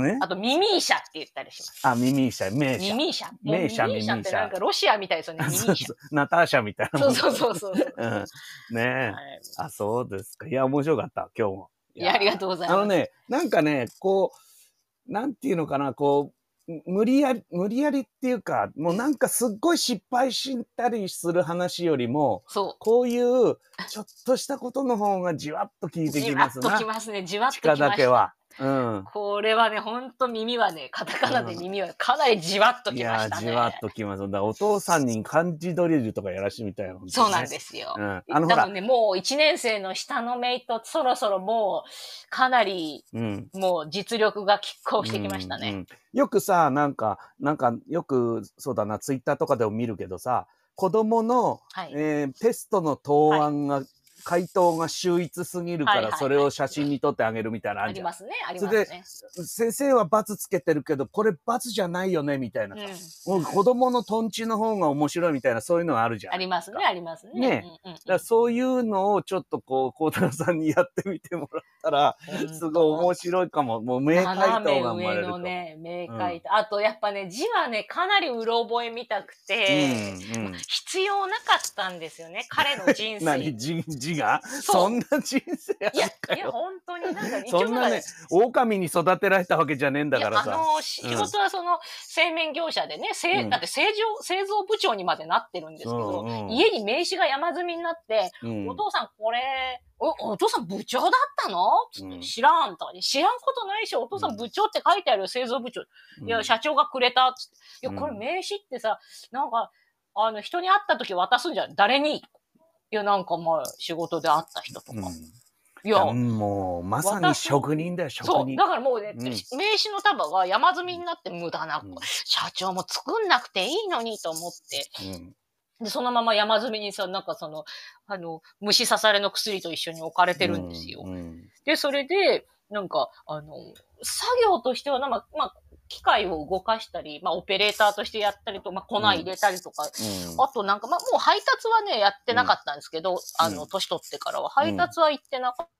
ね。あとミミーシャって言ったりします。 あ、ミミーシャ、名シャ。ミミーシャってなんかロシアみたいですよね、ミミーシャ。 ナターシャみたいな。 そう。 ねえ。あ、そうですか。いや、面白かった、今日も。 いや、ありがとうございます。 なんかね、こう、なんていうのかな、こう、無理やりっていうか、もうなんかすっごい失敗したりする話よりも、こういうちょっとしたことの方がじわっと効いてきますな。 じわっときますね。じわっときました。 だけは。 これはね、ほんと耳はね、カタカナで耳はかなりじわっときましたね。 いや、じわっときます。だからお父さんに漢字ドリルとかやらしてみたいな、ね。 そうなんですよ。多分ね、もう1年生の下のメイト、そろそろもう、かなり、もう実力が拮抗してきましたね。 よくさ、なんか、よく、そうだな、ツイッターとかでも見るけどさ、子供の、テストの答案が、回答が秀逸すぎるから、それを写真に撮ってあげるみたいなのあるじゃん。 ありますね、ありますね。 それで、先生は罰つけてるけど、これ罰じゃないよね、みたいなさ。もう子供のトンチの方が面白いみたいな、そういうのがあるじゃん。 ありますね、ありますね。 ね。だからそういうのをちょっとこう、孝太郎さんにやってみてもらったら、すごい面白いかも。もう名回答が生まれると。 斜め上のね、名回答。あとやっぱね、字はね、かなりうろ覚えみたくて、必要なかったんですよね、彼の人生。 何字がそんな人生あったかよ。 いや、本当になんかね、 そんなね、狼に育てられたわけじゃねえんだからさ。 仕事はその、製麺業者でね、だって製造部長にまでなってるんですけど、家に名刺が山積みになって、お父さんこれ、お父さん部長だったのつって知らんとか、知らんことないし、お父さん部長って書いてあるよ、製造部長。いや、社長がくれたつって。いや、これ名刺ってさ、なんか、人に会った時渡すんじゃん。誰にいや、なんかまあ、仕事で会った人とか。 いや、もう、まさに職人だよ、職人。 そう。だからもうね、名刺の束が山積みになって無駄な、社長も作んなくていいのにと思って。で、そのまま山積みにさ、なんかその、虫刺されの薬と一緒に置かれてるんですよ。で、それで、なんか、作業としては、まあ、機械を動かしたり、まあ、オペレーターとしてやったりと、まあ、粉入れたりとか、あとなんか、まあ、もう配達はね、やってなかったんですけど、年取ってからは、配達は行ってなかった。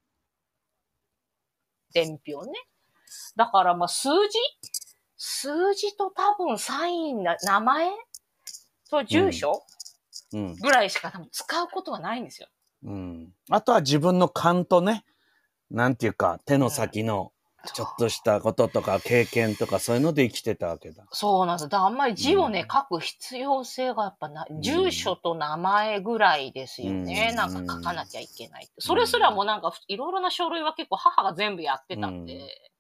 伝票ね。だから、まあ、数字と多分サイン名前と住所、ぐらいしか多分使うことがないんですよ。 あとは自分の勘とね、なんていうか、手の先の、ちょっとしたこととか経験とかそういうので生きてたわけだ。 そうなんです。だからあんまり字をね、書く必要性がやっぱない。住所と名前ぐらいですよね。なんか書かなきゃいけない。それすらもなんかいろいろな書類は結構母が全部やってたんで。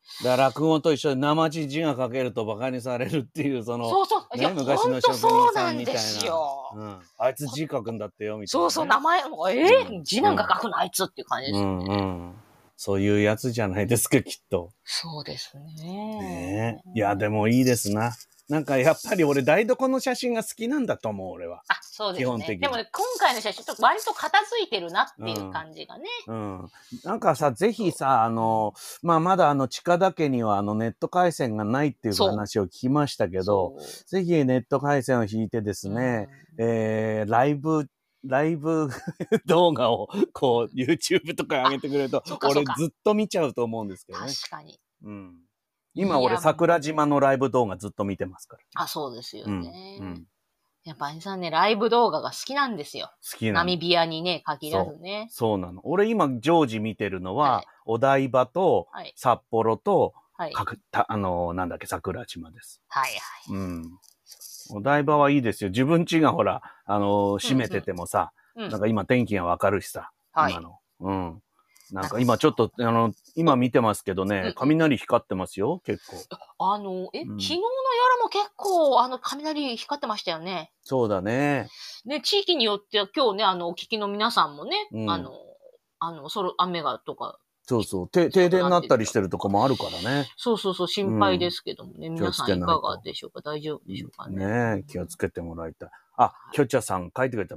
だから落語と一緒で生地字が書けるとバカにされるっていう、その、 そうそう。いや、 昔の職人さんみたいな。 そうなんですよ。 あいつ字書くんだってよ、みたいそな、 うそう、名前も、字なんか書くのあいつっていう感じですよね。 そういうやつじゃないですか、きっと。 そうですね。 いや、でもいいですな。なんかやっぱり俺台所の写真が好きなんだと思う、俺は。 あ、そうですね。 基本的に。 でもね、今回の写真と割と片付いてるなっていう感じがね。 なんかさ、ぜひさ、まだ近田家にはネット回線がないっていう話を聞きましたけど、ぜひネット回線を引いてですね、ライブ動画をこう YouTube とかに上げてくれると、俺ずっと見ちゃうと思うんですけどね。 確かに。 今俺桜島のライブ動画ずっと見てますから。 あ、そうですよね。やっぱ兄さんね、ライブ動画が好きなんですよ。好きなの。ナミビアにね、限らずね。 そうなの。俺今常時見てるのは、お台場と札幌と、なんだっけ、桜島です。 はいはい。 お台場はいいですよ。自分家がほら、閉めててもさ、なんか今天気がわかるしさ、今の。なんか今ちょっと、今見てますけどね、雷光ってますよ、結構。 昨日の夜も結構、雷光ってましたよね。 そうだね。 ね、地域によっては今日ね、お聞きの皆さんもね、雨がとか。 そうそう。停電になったりしてるとこもあるからね。 そう、心配ですけどもね。皆さんいかがでしょうか？大丈夫でしょうかね。 気をつけてもらいたい。あ、きょちゃさん書いてくれた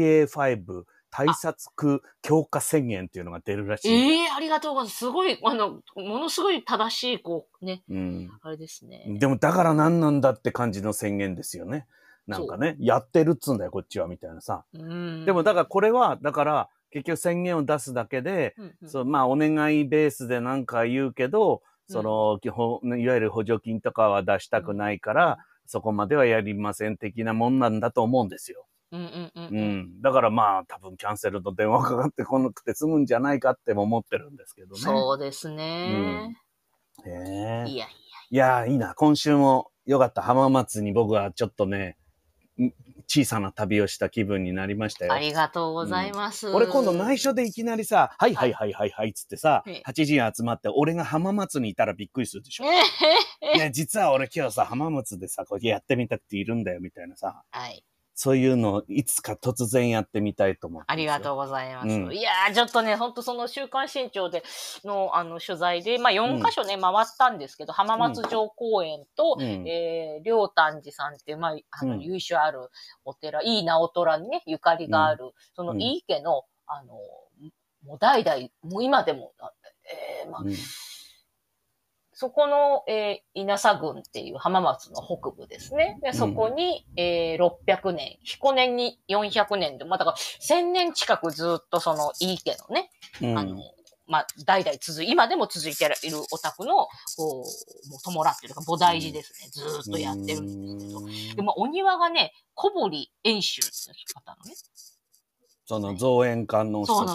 BA.5 対策強化宣言っていうのが出るらしい。 ありがとうございます。すごい、ものすごい正しい、ね。あれですね。 でも、だから何なんだって感じの宣言ですよね。なんかね、やってるっつうんだよ、こっちは、みたいなさ。でも、だからこれは、結局宣言を出すだけで、お願いベースでなんか言うけど、いわゆる補助金とかは出したくないから、そこまではやりません的なもんなんだと思うんですよ。だから多分キャンセルの電話かかってこなくて済むんじゃないかっても思ってるんですけどね。 そうですね。 いや、いいな。今週もよかった。浜松に僕はちょっとね、小さな旅をした気分になりましたよ。 ありがとうございます。 俺今度内緒でいきなりさ、はいつってさ、8時に集まって俺が浜松にいたらびっくりするでしょ。いや、実は俺今日さ、浜松でさ、これやってみたくているんだよみたいなさ。そういうのをいつか突然やってみたいと思って。 ありがとうございます。いやー、ちょっとね、ほんとその週刊新潮での、取材で、4カ所ね、回ったんですけど、浜松城公園と、両丹寺さんっていう、由緒あるお寺、井伊直虎にね、ゆかりがある、その井伊家の、もう代々、もう今でも、そこの、稲佐郡っていう浜松の北部ですね。でそこに、600年、彦年に400年で、だから1000年近くずっとその井伊家のね、代々今でも続いているお宅の、もう弔ってるか、菩提寺ですね。ずっとやってるんですけど。でお庭がね、小堀遠州っていう方のね、 その造園館のそう、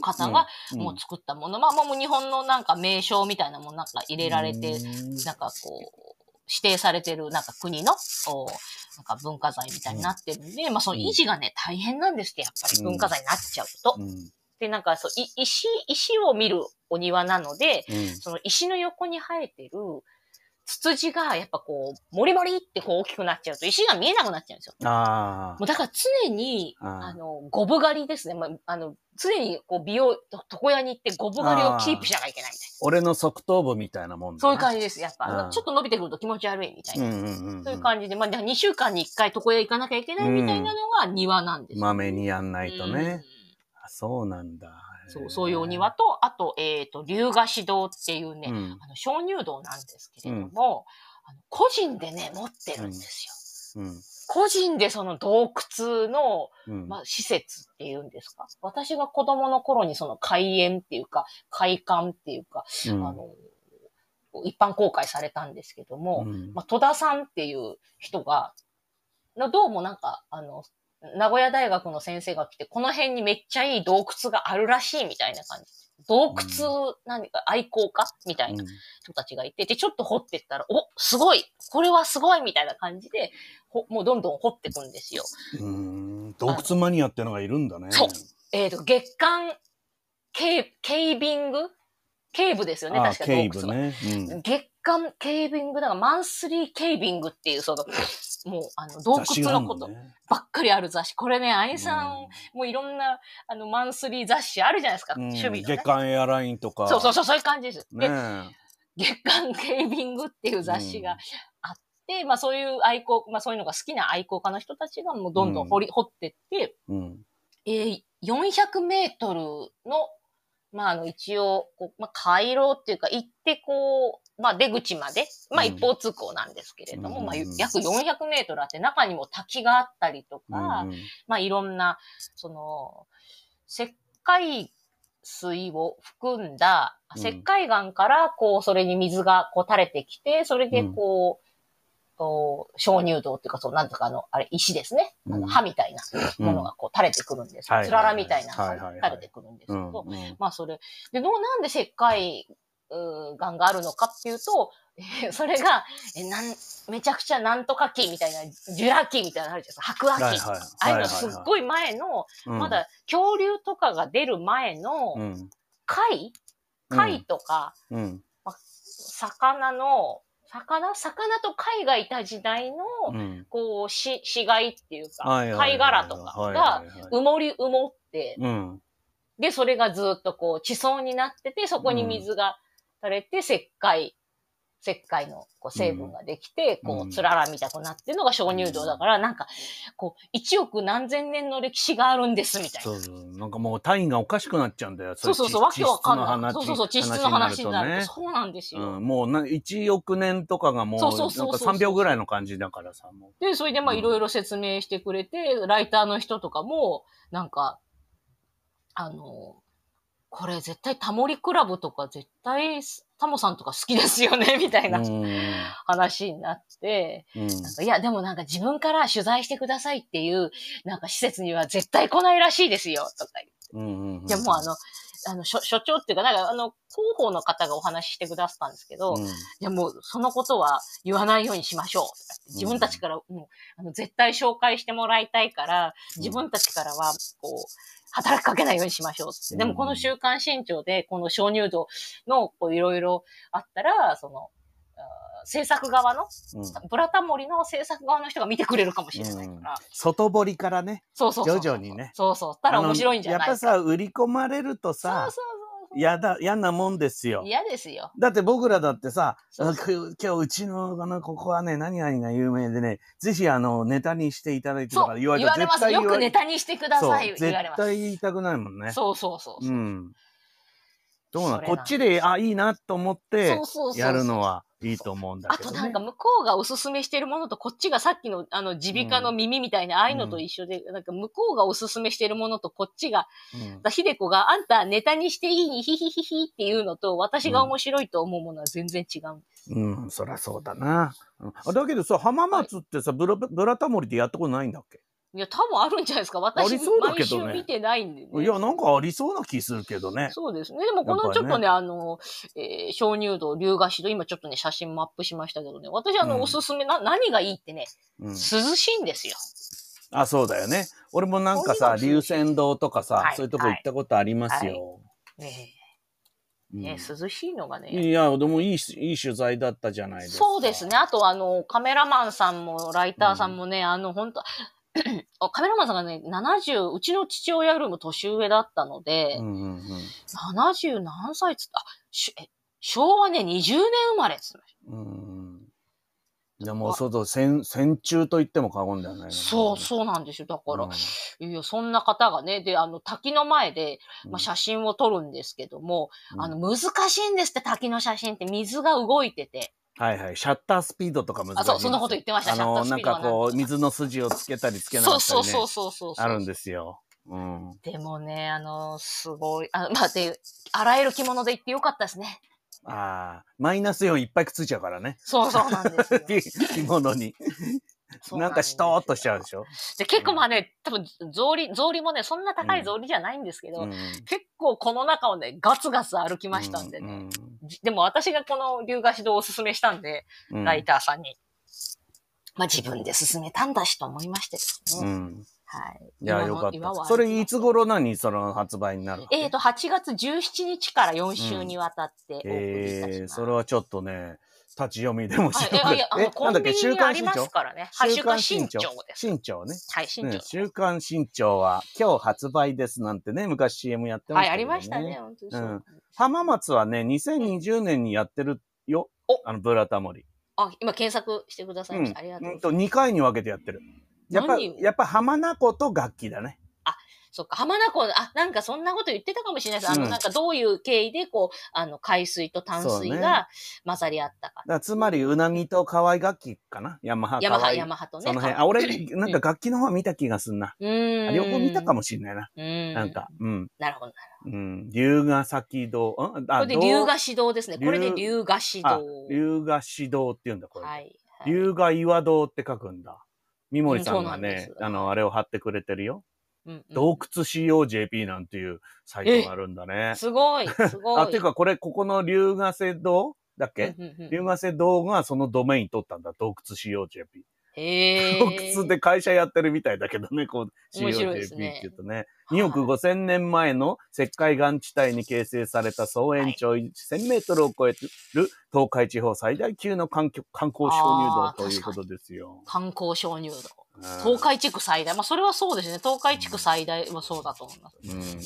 方がもう作ったもの。もう日本のなんか名称みたいなものなんか入れられて、なんか指定されてるなんか国の、なんか文化財みたいになってるんで、その維持がね、大変なんですって、やっぱり文化財になっちゃうと。で、なんか石を見るお庭なので、その石の横に生えてる、ツツジがやっぱもりもりって大きくなっちゃうと石が見えなくなっちゃうんですよ。もうだから常に、ゴブ狩りですね。常に床屋に行ってゴブ狩りをキープしなきゃいけないみたいな。 俺の側頭部みたいなもんだな。 そういう感じです。やっぱ、ちょっと伸びてくると気持ち悪いみたいな。そういう感じで、2週間に1回床屋行かなきゃいけないみたいなのが庭なんですよ、ね。 まめにやんないとね。そうなんだ。 そういうお庭と、あと、龍河子堂っていうね、鍾乳洞なんですけれども、個人でね、持ってるんですよ。個人でその洞窟の、施設っていうんですか。私が子供の頃にその開園っていうか、開館っていうか、一般公開されたんですけども、戸田さんっていう人が、どうもなんか、名古屋大学の先生が来て、この辺にめっちゃいい洞窟があるらしいみたいな感じ。洞窟何か愛好家みたいな人たちがいて、で、ちょっと掘ってったら、すごいこれはすごいみたいな感じで、もうどんどん掘っていくんですよ。 洞窟マニアってのがいるんだね。 そう。月間ケービングケーブですよね、確かケーブね。 月間ケービングだから、マンスリーケービングっていう、もう、洞窟のことばっかりある雑誌。これね、愛さんもいろんな、マンスリー雑誌あるじゃないですか、趣味の、ね。 月刊エアラインとか。 そういう感じです。で、月刊ケービングっていう雑誌があって、まあそういう愛好、まあそういうのが好きな愛好家の人たちがもうどんどん掘ってって、400メートルの、まあ一応、まあ回廊っていうか行ってまあ出口まで、まあ一方通行なんですけれども、まあ約400メートルあって中にも滝があったりとか、まあいろんな、石灰水を含んだ石灰岩からそれに水が垂れてきて、それで鍾乳洞っていうか、なんとかあれ、石ですね。歯みたいなものが垂れてくるんです。つららみたいなのが垂れてくるんですけど、まあそれ、で、なんで石灰岩があるのかっていうと、それが、めちゃくちゃなんとか木みたいな、ジュラ紀みたいなのあるじゃないですか。白亜紀。ああいうのすっごい前の、まだ恐竜とかが出る前の貝とか、魚と貝がいた時代の、死骸っていうか、貝殻とかが埋もって、で、それがずっと地層になってて、そこに水が垂れて、石灰の成分ができて、つららみたくなってるのが鍾乳洞だから、なんか、1億何千年の歴史があるんです、みたいな。 なんかもう単位がおかしくなっちゃうんだよ。 そう、わけわかんない。地質の話になると。そうなんですよ。 もう1億年とかがもう、なんか3秒ぐらいの感じだからさ。 で、それでまあいろいろ説明してくれて、ライターの人とかも、なんか、これ絶対タモリクラブとか絶対タモさんとか好きですよねみたいな話になって、なんかいやでもなんか自分から取材してくださいっていうなんか施設には絶対来ないらしいですよとか言って。でも所長っていうか、なんか広報の方がお話ししてくださったんですけど、いやもうそのことは言わないようにしましょう。自分たちから絶対紹介してもらいたいから、自分たちからは働きかけないようにしましょうって。でもこの週刊新潮で、この鍾乳洞のいろいろあったら、制作側の、ブラタモリの制作側の人が見てくれるかもしれないから。 外堀からね。徐々にね。 たら面白いんじゃないか。 やっぱさ、売り込まれるとさ、嫌なもんですよ。 嫌ですよ。 だって僕らだってさ、今日うちのここはね、何々が有名でね、ぜひネタにしていただいてとか言われたら絶対よくネタにしてください言われます。絶対言いたくないもんね。 そう。 どうなんこっちで、いいなと思って、やるのはいいと思うんだけど、ね。 あとなんか向こうがおすすめしてるものと、こっちがさっきの耳鼻科の耳みたいな、ああいうのと一緒で、なんか向こうがおすすめしてるものと、こっちが、ひでこがあんたネタにしていいにヒヒヒヒっていうのと、私が面白いと思うものは全然違うんです。 そりゃそうだな。だけどさ、浜松ってさ、ブラタモリでやったことないんだっけ？ いや、多分あるんじゃないですか。私、毎週見てないんでね。 いや、なんかありそうな気するけどね。 そうですね。でも、このちょっとね、鍾乳洞、龍河洞、今ちょっとね、写真もアップしましたけどね、私、おすすめ何がいいってね、涼しいんですよ。 あ、そうだよね。俺もなんかさ、龍泉洞とかさ、そういうとこ行ったことありますよ。 涼しいのがね。 いや、でもいい取材だったじゃないですか。 そうですね。あと、カメラマンさんも、ライターさんもね、本当カメラマンさんがね、70、うちの父親よりも年上だったので、70何歳つった、昭和ね、20年生まれつまり。 でも、戦中と言っても過言ではない、ね。 そうなんですよ。だから、いや、そんな方がね、で、滝の前で、写真を撮るんですけども、難しいんですって、滝の写真って水が動いてて。 はい。シャッタースピードとか難しい。 そんなこと言ってました、シャッタースピードは。 なんか水の筋をつけたりつけなかったり、ね。 そう。 あるんですよ。 でもね、すごい、あらゆる着物で行ってよかったですね。 マイナスイオンいっぱいくっついちゃうからね。 そうなんですよ。 着物に。なんかしとーっとしちゃうでしょ。 で、結構多分、草履もね、そんな高い草履じゃないんですけど、結構この中をね、ガツガツ歩きましたんでね。でも私がこの龍河洞をおすすめしたんで、ライターさんに。自分で進めたんだしと思いましてですね。 はい。 いや、よかった。それいつ頃その発売になる 8月17日から4週にわたってお送りいたします。 それはちょっとね、立ち読みでもしようか。 コンビニにありますからね。週刊新潮です。 新潮ね。 はい、新潮。 週刊新潮は今日発売ですなんてね、昔 CM やってましたね。 はい、ありましたね、本当にそう。 浜松はね、2020年にやってるよ。ブラタモリ。 今検索してくださいました。ありがとうございます。 2回に分けてやってる。やっぱ浜名湖と楽器だね。 そっか、浜名湖、なんかそんなこと言ってたかもしれないです。なんかどういう経緯で、海水と淡水が混ざり合ったか。 つまり、うなぎと河合楽器かな。ヤマハとね。 その辺。俺、なんか楽器の方見た気がすんな。両方見たかもしれないな。なんか、 なるほど。 龍ヶ崎堂。 これで龍ヶ市堂ですね。これで龍ヶ市堂。 龍ヶ市堂って言うんだ、これ。はい。龍ヶ岩堂って書くんだ。三森さんがね、あれを貼ってくれてるよ。洞窟 COJP なんていうサイトがあるんだね。 すごい、すごい。 ていうかここの龍ヶ瀬堂だっけ龍ヶ瀬堂がそのドメイン取ったんだ、洞窟 COJP。洞窟で会社やってるみたいだけどね、COJP って言うとね。2億5千年前の石灰岩地帯に形成された総延長1000メートルを超える東海地方最大級の観光鍾乳洞ということですよ。 観光鍾乳洞。東海地区最大。それはそうですね。東海地区最大はそうだと思います。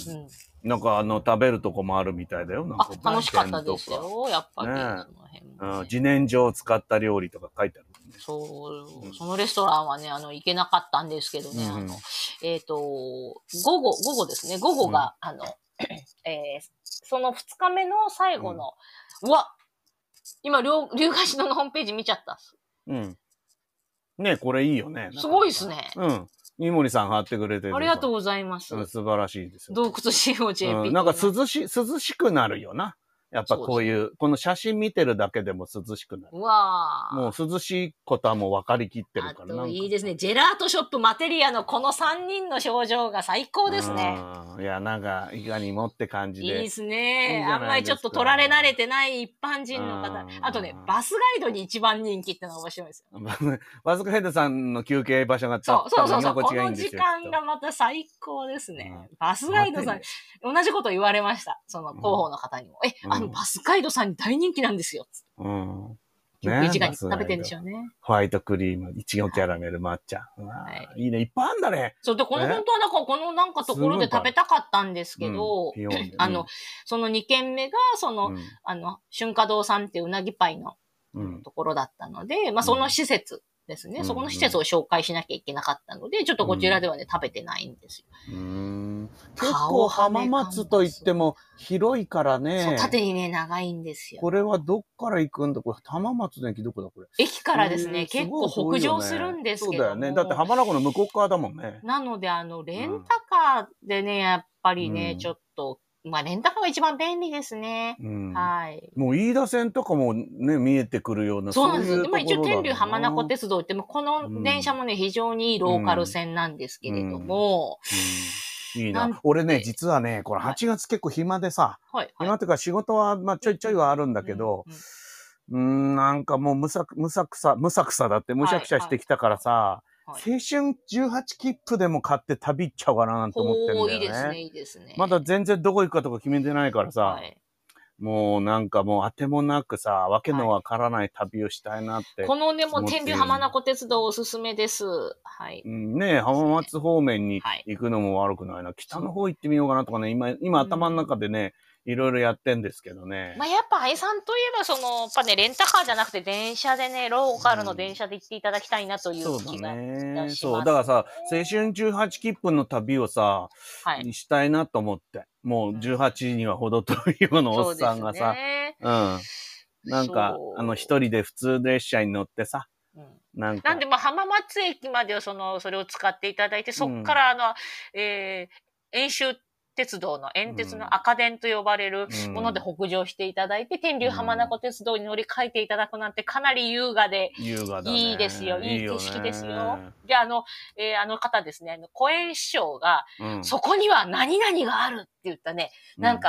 なんか食べるとこもあるみたいだよ。 楽しかったですよ。やっぱり、その辺。自然薯を使った料理とか書いてある。 そう、そのレストランはね、行けなかったんですけどね、午後ですね。午後が、その2日目の最後の、うわ今、龍ヶ市のホームページ見ちゃった。 ね、これいいよね。 すごいですね。 三森さん貼ってくれてる。 ありがとうございます。 素晴らしいですよ。 洞窟 COJP。 なんか涼しくなるよな。やっぱこの写真見てるだけでも涼しくなる。 うわもう涼しいことはもう分かりきってるから。 いいですね。ジェラートショップマテリアのこの3人の表情が最高ですね。 いや、なんか、いかにもって感じで。 いいですね。あんまりちょっと取られ慣れてない一般人の方。あとね、バスガイドに一番人気ってのが面白いですよ。 バスガイドさんの休憩場所がそう。この時間がまた最高ですね。バスガイドさん、同じこと言われました。その広報の方にも。バスガイドさんに大人気なんですよ。休憩時間に食べてんでしょうね。 ホワイトクリーム、いちごキャラメル、抹茶。いいね、いっぱいあんだね。 そう、で、本当はこのなんかところで食べたかったんですけど、その2軒目が、春華堂さんっていううなぎパイのところだったので、その施設ですね。そこの施設を紹介しなきゃいけなかったので、ちょっとこちらではね、食べてないんですよ。 結構浜松といっても広いからね。 そう、縦にね、長いんですよ。 これはどっから行くんだこれ、浜松の駅どこだこれ。 駅からですね、結構北上するんですけど。 そうだよね。だって浜名湖の向こう側だもんね。 なので、レンタカーでね、やっぱりね、ちょっと、レンタカーが一番便利ですね。はい。 もう飯田線とかもね、見えてくるような。 そうなんですよ。一応天竜浜名湖鉄道って、この電車もね、非常にいいローカル線なんですけれども。 いいな。俺ね、実はね、これ8月結構暇でさ、暇っていうか仕事は、ちょいちょいはあるんだけど、なんかもうむさくさだってむしゃくしゃしてきたからさ、青春18切符でも買って旅行っちゃおうかななんて思ってんだよね。 いいですね、いいですね。 まだ全然どこ行くかとか決めてないからさ、もうなんかもう当てもなくさ、わけのわからない旅をしたいなって。 このね、もう天竜浜名湖鉄道おすすめです。はい。 ねえ、浜松方面に行くのも悪くないな。北の方行ってみようかなとかね、今頭の中でね、いろいろやってんですけどね。 やっぱ愛さんといえばやっぱね、レンタカーじゃなくて電車でね、ローカルの電車で行っていただきたいなという気がいたします。 そう、だからさ、青春18切符の旅をさ、したいなと思って。もう18には程遠いようなおっさんがさ、なんか、一人で普通列車に乗ってさ、 なんで浜松駅まではそれを使っていただいて、そっから遠州鉄道の煙鉄の赤電と呼ばれるもので北上していただいて、天竜浜名湖鉄道に乗り換えていただくなんてかなり優雅でいいですよ。いい景色ですよ。で、あの方ですね、小園師匠が、そこには何々があるって言ったね、なんか、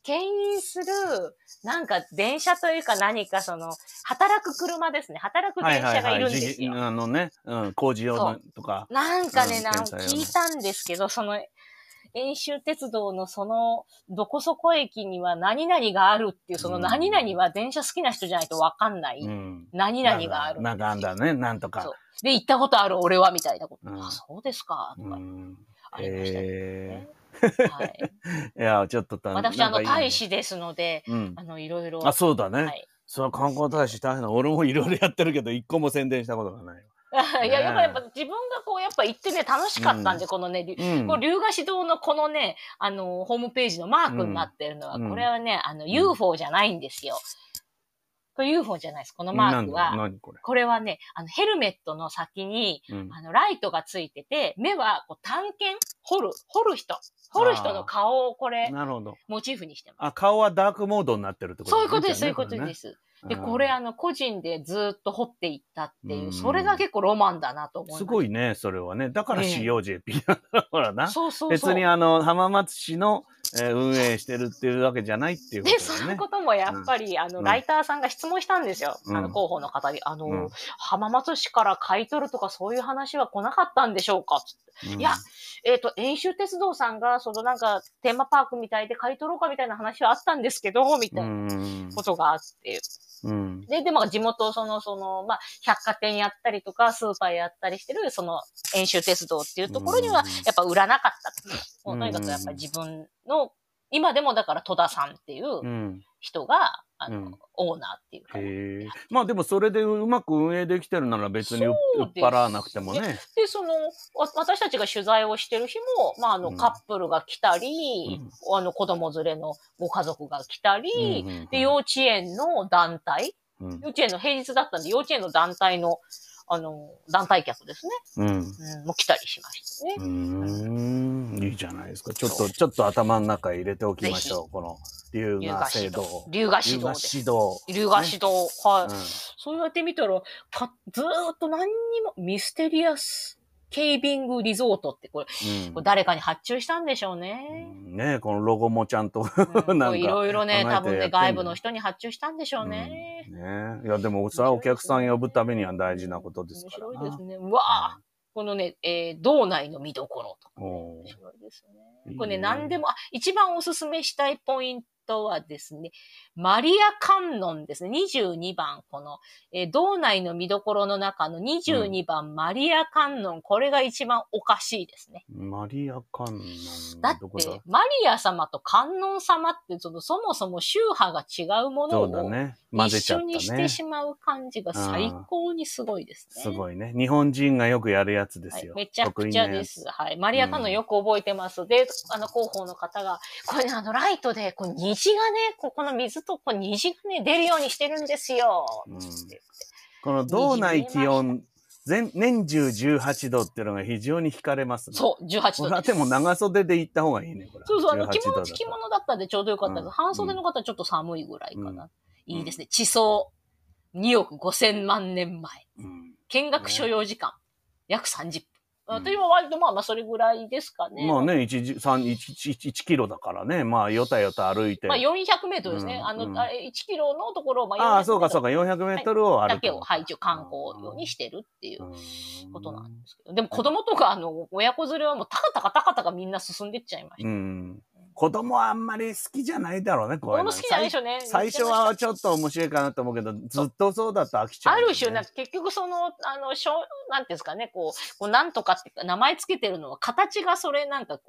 牽引する、なんか電車というか何か働く車ですね。働く電車がいるんですよ。 工事用のとか。 なんかね、聞いたんですけど、遠州鉄道のどこそこ駅には何々があるっていう、何々は電車好きな人じゃないとわかんない。何々がある。 なんかあんだね、なんとか。そう。 で、行ったことある俺はみたいなこと。あ、そうですか、とか。ありましたね。はい。 いや、ちょっと私、大使ですので、いろいろ。 あ、そうだね。はい。その観光大使大変だ。俺もいろいろやってるけど、一個も宣伝したことがない。 いや、やっぱ自分がやっぱ行ってね、楽しかったんで、このね、龍河市堂のこのね、ホームページのマークになってるのは、これはね、UFO じゃないんですよ。これ UFO じゃないです。このマークは。これはね、ヘルメットの先に、ライトがついてて、目は探検、掘る人の顔をこれ、モチーフにしてます。 あ、顔はダークモードになってるってことですね。 そういうことです、そういうことです。で、これ個人でずっと掘っていったっていう、それが結構ロマンだなと思います。 すごいね、それはね。だから COJP だからな。そうそうそう。別に浜松市の運営してるっていうわけじゃないっていうことですね。で、そういうこともやっぱり、ライターさんが質問したんですよ。広報の方に。浜松市から買い取るとかそういう話は来なかったんでしょうかつって。いや、遠州鉄道さんが、なんか、テーマパークみたいで買い取ろうかみたいな話はあったんですけど、みたいなことがあって。で、地元、百貨店やったりとか、スーパーやったりしてる、遠州鉄道っていうところには、やっぱ売らなかった。とにかくやっぱり自分の、今でもだから戸田さんっていう人が、オーナーっていうか、ね。 まあでもそれでうまく運営できてるなら別に売っ払わなくてもね。で、 私たちが取材をしてる日も、カップルが来たり、子供連れのご家族が来たり、で、幼稚園の団体、幼稚園の平日だったんで、幼稚園の団体の、団体客ですね。も来たりしましたね。 いいじゃないですか。ちょっと頭の中入れておきましょう。この、龍河市道。 龍河市道。龍河市道。はい。そう言われてみたら、ずーっと何にも、ミステリアスケービングリゾートってこれ誰かに発注したんでしょうね。 ねえ、このロゴもちゃんとなんか。いろいろね、多分ね、外部の人に発注したんでしょうね。 ねえ。いや、でも、それはお客さん呼ぶためには大事なことですから。 面白いですね。うわぁ。このね、道内の見どころとか、ね。面白いですね。これね、何でも、一番おすすめしたいポイントはですね、マリア観音ですね。22番、この、道内の見どころの中の22番、マリア観音。これが一番おかしいですね。 マリア観音。 だって、マリア様と観音様って、そもそも宗派が違うものを、一緒にしてしまう感じが最高にすごいですね。 すごいね。日本人がよくやるやつですよ。 めちゃくちゃです。はい。マリア観音よく覚えてます。で、広報の方が、これね、ライトで、虹がね、ここの水と虹がね、出るようにしてるんですよ。 この道内気温、年中18度っていうのが非常に惹かれますね。 そう、18度です。 でも長袖で行った方がいいね、これ。 そう、着物だったんでちょうどよかったです。半袖の方はちょっと寒いぐらいかな。いいですね。地層、2億5000万年前。見学所要時間、約30分。私は割とそれぐらいですかね。 まあね、1キロだからね。まあ、よたよた歩いて。 まあ、400メートルですね。1キロのところを、 そうか、400メートルを歩く。 だけを、一応観光用にしてるっていうことなんですけど。でも子供とか、親子連れはもう、たかみんな進んでっちゃいました。 子供はあんまり好きじゃないだろうね、こういうの。 子供好きじゃないでしょうね。 最初はちょっと面白いかなと思うけど、ずっとそうだと飽きちゃう、 ある種、結局なんていうんですかね、なんとかって名前つけてるのは、形がそれ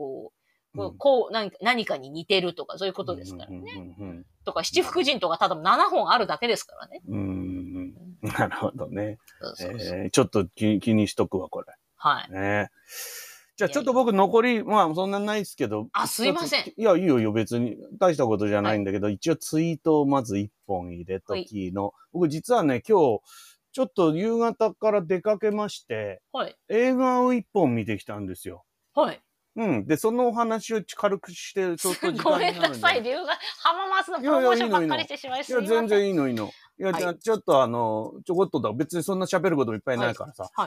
何かに似てるとか、そういうことですからね。とか、七福神とかただ7本あるだけですからね。 なるほどね。ちょっと気にしとくわ、これ。 はい。 ね。じゃあちょっと僕残り、そんなないですけど。 すいません。 いや、いいよ、別に。大したことじゃないんだけど、一応ツイートをまず1本入れときの。僕実はね、今日、ちょっと夕方から出かけまして、映画を1本見てきたんですよ。で、そのお話を軽くして、ちょっと時間になるんで。 ごめんなさい、浜松のプロモーションばっかりしてしまいすみません。 いや、全然いいの。 いや、じゃあ、ちょっとちょこっとだ。別にそんな喋ることいっぱいないからさ。 はい。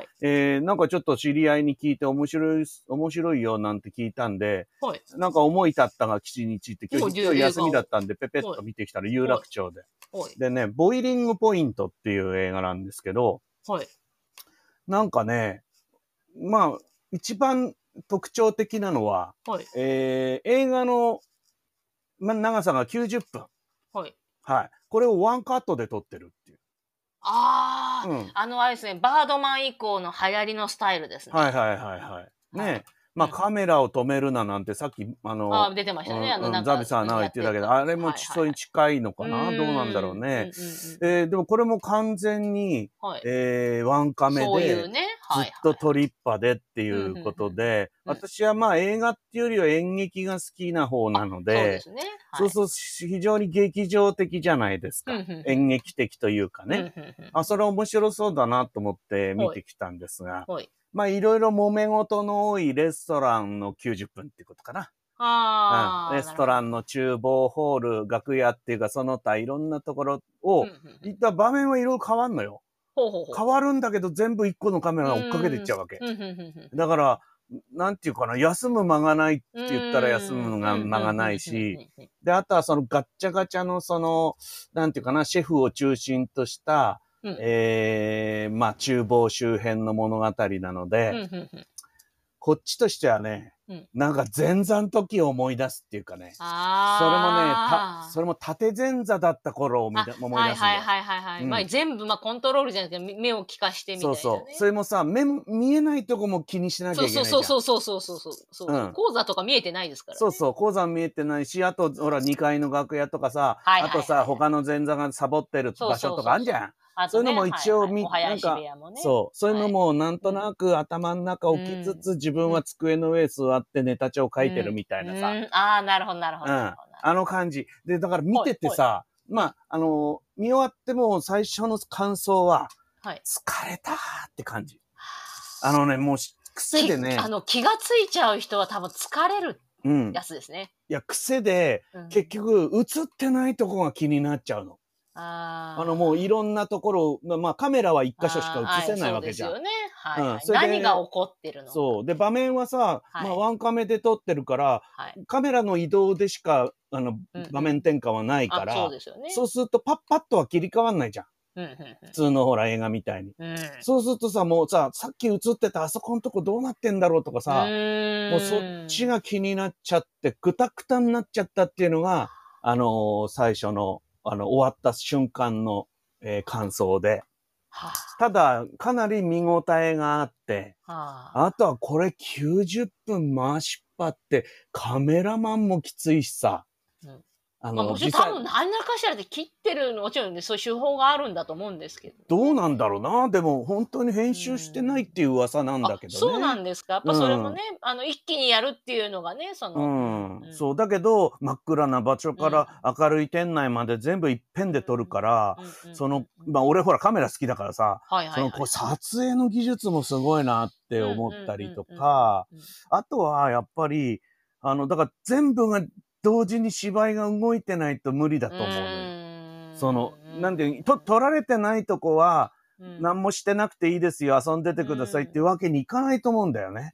なんかちょっと知り合いに聞いて面白いよなんて聞いたんで、 はい。 なんか思い立ったが吉日って今日休みだったんで、ペペッと見てきたら有楽町で。でね、ボイリングポイントっていう映画なんですけど、 はい。 なんかね、まあ、一番特徴的なのは、 はい。 映画の、長さが90分。 はい。 はい。これをワンカットで撮ってるっていう。 ああ、あれですね、バードマン以降の流行りのスタイルですね。 はいはいはいはい。ね、まあ、カメラを止めるななんてさっき、 出てましたね。 ザビさんが言ってたけど、あれもそれに近いのかな、どうなんだろうね。でもこれも完全に、ワンカメで、ずっと撮りっぱでっていうことで、私はまあ映画っていうよりは演劇が好きな方なので、そう非常に劇場的じゃないですか。演劇的というかね。それ面白そうだなと思って見てきたんですが、まあいろいろ揉め事の多いレストランの90分っていうことかな。レストランの厨房、ホール、楽屋っていうかその他いろんなところを、いった場面はいろいろ変わんのよ。変わるんだけど全部一個のカメラが追っかけていっちゃうわけ。だから、なんていうかな、休む間がないって言ったら休む間がないし、で、あとはそのガッチャガチャのその、なんていうかな、シェフを中心とした、まあ、厨房周辺の物語なので、こっちとしてはね、なんか前座の時を思い出すっていうかね、それも縦前座だった頃を思い出すんだよ。 まあ全部、コントロールじゃなくて目を利かしてみたいな、ね。そうそう。 それもさ、見えないとこも気にしなきゃいけないじゃん。 そう。講座とか見えてないですからね。 そう、講座見えてないし、あと、ほら、2階の楽屋とかさ、あとさ、他の前座がサボってる場所とかあんじゃん。そういうのも一応なんか、そういうのもなんとなく頭の中置きつつ、自分は机の上座ってネタ帳書いてるみたいなさ。 なるほど。 あの感じ。で、だから見ててさ、まあ、見終わっても最初の感想は、疲れたーって感じ。もう癖でね。 気がついちゃう人は多分疲れるやつですね。 いや、癖で、結局、映ってないとこが気になっちゃうの。もういろんなところ、まあカメラは一箇所しか映せないわけじゃん。 そうですよね。何が起こってるのか。 そう。で、場面はさ、まあワンカメで撮ってるから、カメラの移動でしか、場面転換はないから、そうするとパッパッとは切り替わんないじゃん。普通のほら映画みたいに。そうするとさ、もうさ、さっき映ってたあそこのとこどうなってんだろうとかさ、もうそっちが気になっちゃって、ぐたくたになっちゃったっていうのが、最初の、終わった瞬間の、感想で。ただ、かなり見応えがあって、あとはこれ90分回しっぱって、カメラマンもきついしさ。 もちろん多分何らかしらで切ってるのもちろんね、そういう手法があるんだと思うんですけど。 どうなんだろうな。でも本当に編集してないっていう噂なんだけどね。 そうなんですか。やっぱそれもね、一気にやるっていうのがね、 そう。だけど、真っ暗な場所から明るい店内まで全部一遍で撮るから、まあ俺ほらカメラ好きだからさ、撮影の技術もすごいなって思ったりとか、あとはやっぱり、だから全部が同時に芝居が動いてないと無理だと思うのよ。なんで、撮られてないとこは、何もしてなくていいですよ、遊んでてくださいっていうわけにいかないと思うんだよね。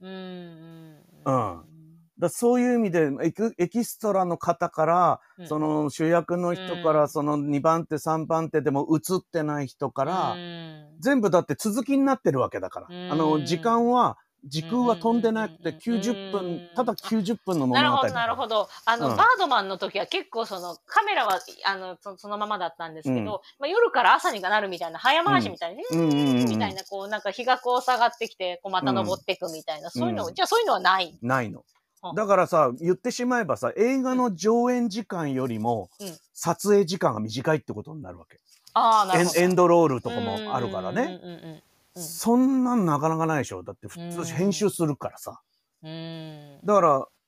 そういう意味で、エキストラの方から、その主役の人から、その2番手、3番手でも映ってない人から、全部だって続きになってるわけだから。時間は、時空は飛んでなくて90分、ただ90分の物語。 なるほど。バードマンの時は結構カメラは、そのままだったんですけど、夜から朝になるみたいな、早回しみたいな、みたいな、なんか日が下がってきて、また登っていくみたいな、そういうの、じゃあそういうのはない？ ないの。だからさ、言ってしまえばさ、映画の上演時間よりも、撮影時間が短いってことになるわけ。エンドロールとかもあるからね。そんなんなかなかないでしょ。だって普通編集するからさ。だから、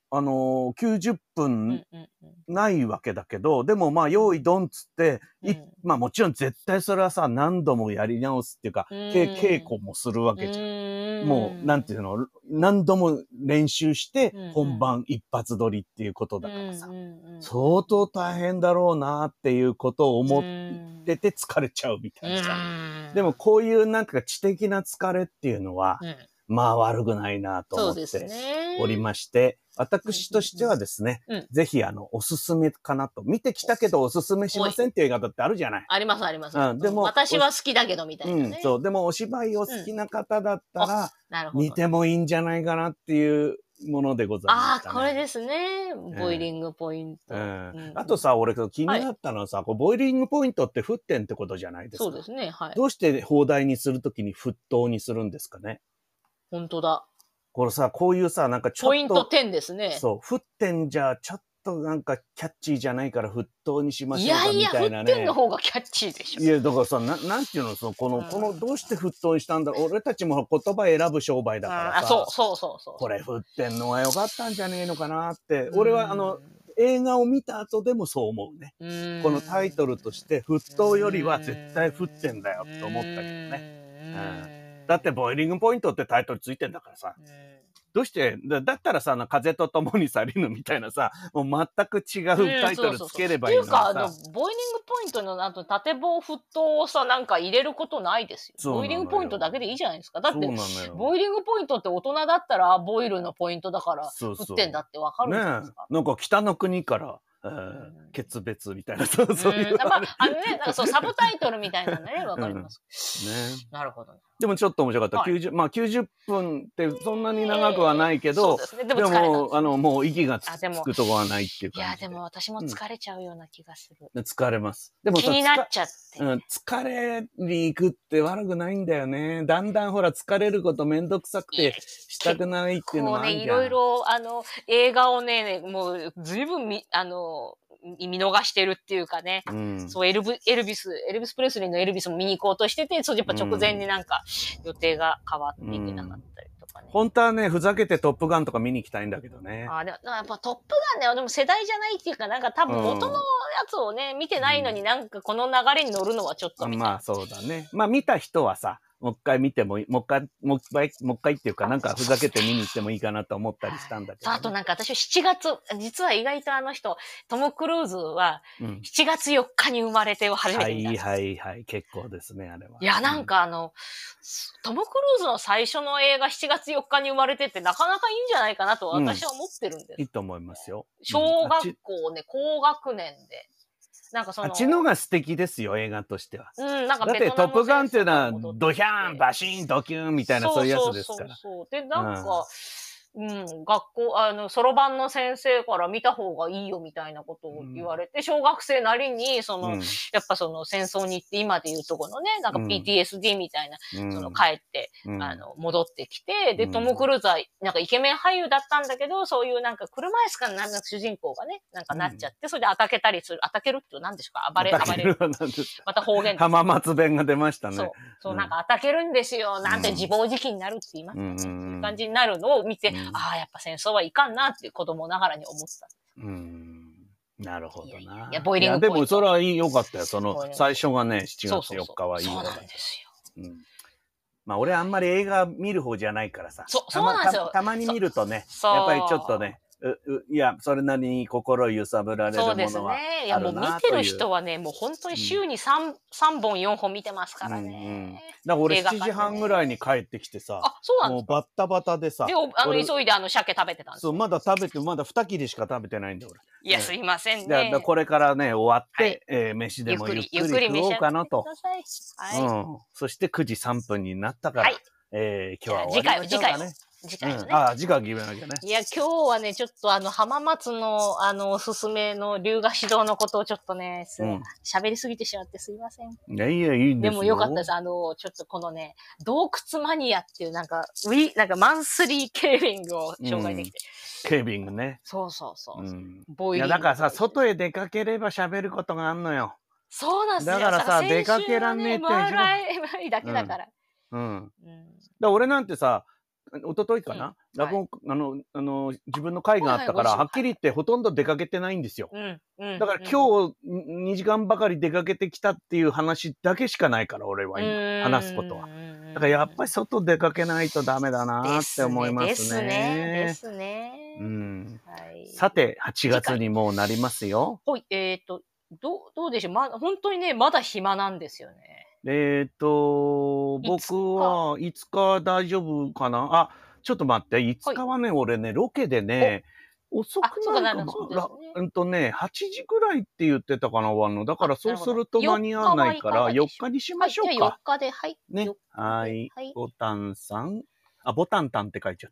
90分ないわけだけど、でもまあ、用意ドンつって、まあもちろん絶対それはさ、何度もやり直すっていうか、稽古もするわけじゃん。もう、なんていうの、何度も練習して、本番一発撮りっていうことだからさ、相当大変だろうなっていうことを思ってて疲れちゃうみたいなさ。でもこういうなんか知的な疲れっていうのは、まあ悪くないなと思っておりまして、私としてはですね、ぜひおすすめかなと。見てきたけどおすすめしませんっていう映画だってあるじゃない。 ありますあります。でも私は好きだけどみたいなね。 そう。でもお芝居を好きな方だったら、見てもいいんじゃないかなっていうものでございます、 ね。これですね。ボイリングポイント。 あとさ、俺気になったのはさ、ボイリングポイントって沸点ってことじゃないですか。 そうですね。はい。 どうして放題にするときに沸騰にするんですかね。 本当だ。 これさ、こういうさ、なんかちょっと。 ポイント10ですね。 そう、沸点じゃちょっとなんかキャッチーじゃないから沸騰にしましょうかみたいなね。 沸点の方がキャッチーでしょ。 いや、だからさ、なんていうの、この、どうして沸騰にしたんだろう。俺たちも言葉選ぶ商売だからさ。 そう。 これ沸点の方が良かったんじゃねえのかなって。俺は映画を見た後でもそう思うね。このタイトルとして沸騰よりは絶対沸点だよって思ったけどね。だってボイリングポイントってタイトルついてんだからさ。どうして、だったらさ、風と共に去りぬみたいなさ、もう全く違うタイトルつければいいのにさ。 っていうか、ボイリングポイントの縦棒沸騰をさ、なんか入れることないですよ。ボイリングポイントだけでいいじゃないですか。だって、ボイリングポイントって大人だったらボイルのポイントだから、沸点だってわかるじゃないですか。 なんか北の国から、決別みたいな、そういう。 まあ、なんかそう、サブタイトルみたいなのね、わかります。ね。なるほどね。 でもちょっと面白かった。90分ってそんなに長くはないけど、でも、もう息がつくとこはないっていう感じ。 いや、でも私も疲れちゃうような気がする。 疲れます。でも気になっちゃって。 疲れに行くって悪くないんだよね。だんだんほら疲れることめんどくさくてしたくないっていうのもあるじゃん。 いろいろ、映画をね、もう随分見逃してるっていうかね。そう、エルビス・プレスリーのエルビスも見に行こうとしてて、そう、やっぱ直前になんか予定が変わっていけなかったりとかね。 本当はね、ふざけてトップガンとか見に行きたいんだけどね。 でもやっぱトップガンね、でも世代じゃないっていうか、なんか多分元のやつをね、見てないのになんかこの流れに乗るのはちょっとみたいな。 まあそうだね。まあ見た人はさ、もう一回見ても、もう一回っていうか、なんかふざけて見に行ってもいいかなと思ったりしたんだけど、ね。 あとなんか私7月、実は意外とトム・クルーズは7月4日に生まれてを初めて見たんです。 はい、結構ですね、あれは。 いや、なんかトム・クルーズの最初の映画7月4日に生まれてってなかなかいいんじゃないかなと私は思ってるんです。 いいと思いますよ。 小学校ね、高学年で。なんかあっちのが素敵ですよ、映画としては。 なんかだってトップガンっていうのは、ドヒャーン、バシーン、ドキューンみたいなそういうやつですから。 そう。で、なんか、学校、そろばんの先生から見た方がいいよみたいなことを言われて、小学生なりに、やっぱ戦争に行って今でいうとこのね、なんか PTSD みたいな、帰って、戻ってきて、で、トム・クルーズは、なんかイケメン俳優だったんだけど、そういうなんか車椅子かなんか主人公がね、なんかなっちゃって、それであたけたりする、あたけるって何でしょうか暴れる。また方言。 浜松弁が出ましたね。 そう、なんかあたけるんですよ、なんて自暴自棄になるって言いますかね。そういう感じになるのを見て、やっぱ戦争はいかんなって子供ながらに思ってた。 なるほどな。 いや、ボイリングポイント。 でもそれはいい、よかったよ。最初がね、7月4日はいいよ。 そうなんですよ。 まあ俺あんまり映画見る方じゃないからさ。 そうなんですよ。 たまに見るとね、やっぱりちょっとね、いや、それなりに心揺さぶられるものはあるなという。そうですね。いや、もう見てる人はね、もう本当に週に3本、4本見てますからね。 だから俺7時半ぐらいに帰ってきてさ、もうバッタバタでさ。 で、急いで鮭食べてたんです。 そう、まだ2切れしか食べてないんだ俺。 いや、すいませんね。 これからね、終わって、飯でもゆっくり食おうかなと。そして9時3分になったから、今日は終わりましょうかね。 次回ね。 次回決めなきゃね。 いや、今日はね、ちょっと浜松の、おすすめの龍河指導のことをちょっとね、喋りすぎてしまってすいません。いや、いいんですよ。 でもよかったです。ちょっとこのね、洞窟マニアっていうなんかマンスリーケービングを紹介できて。 ケービングね。 そう。 いや、だからさ、外へ出かければ喋ることがあんのよ。 そうなんですよ。 だからさ、出かけらんねえって。 回らないだけだから。 俺なんてさ、 一昨日かな、落語、自分の会があったから、はっきり言ってほとんど出かけてないんですよ。だから今日2時間ばかり出かけてきたっていう話だけしかないから、俺は今、話すことは。だからやっぱり外出かけないとダメだなって思いますね。 ですね。 さて、8月にもうなりますよ。 はい、どうでしょう。本当にね、まだ暇なんですよね。 僕は5日大丈夫かなあ、ちょっと待って、5日はね、俺ね、ロケでね、遅くなるか8時ぐらいって言ってたかな、終わるの。だからそうすると間に合わないから、4日にしましょうか。 じゃあ4日で、はい。 ね。はい。ボタンさん。あ、ボタンタンって書いちゃった。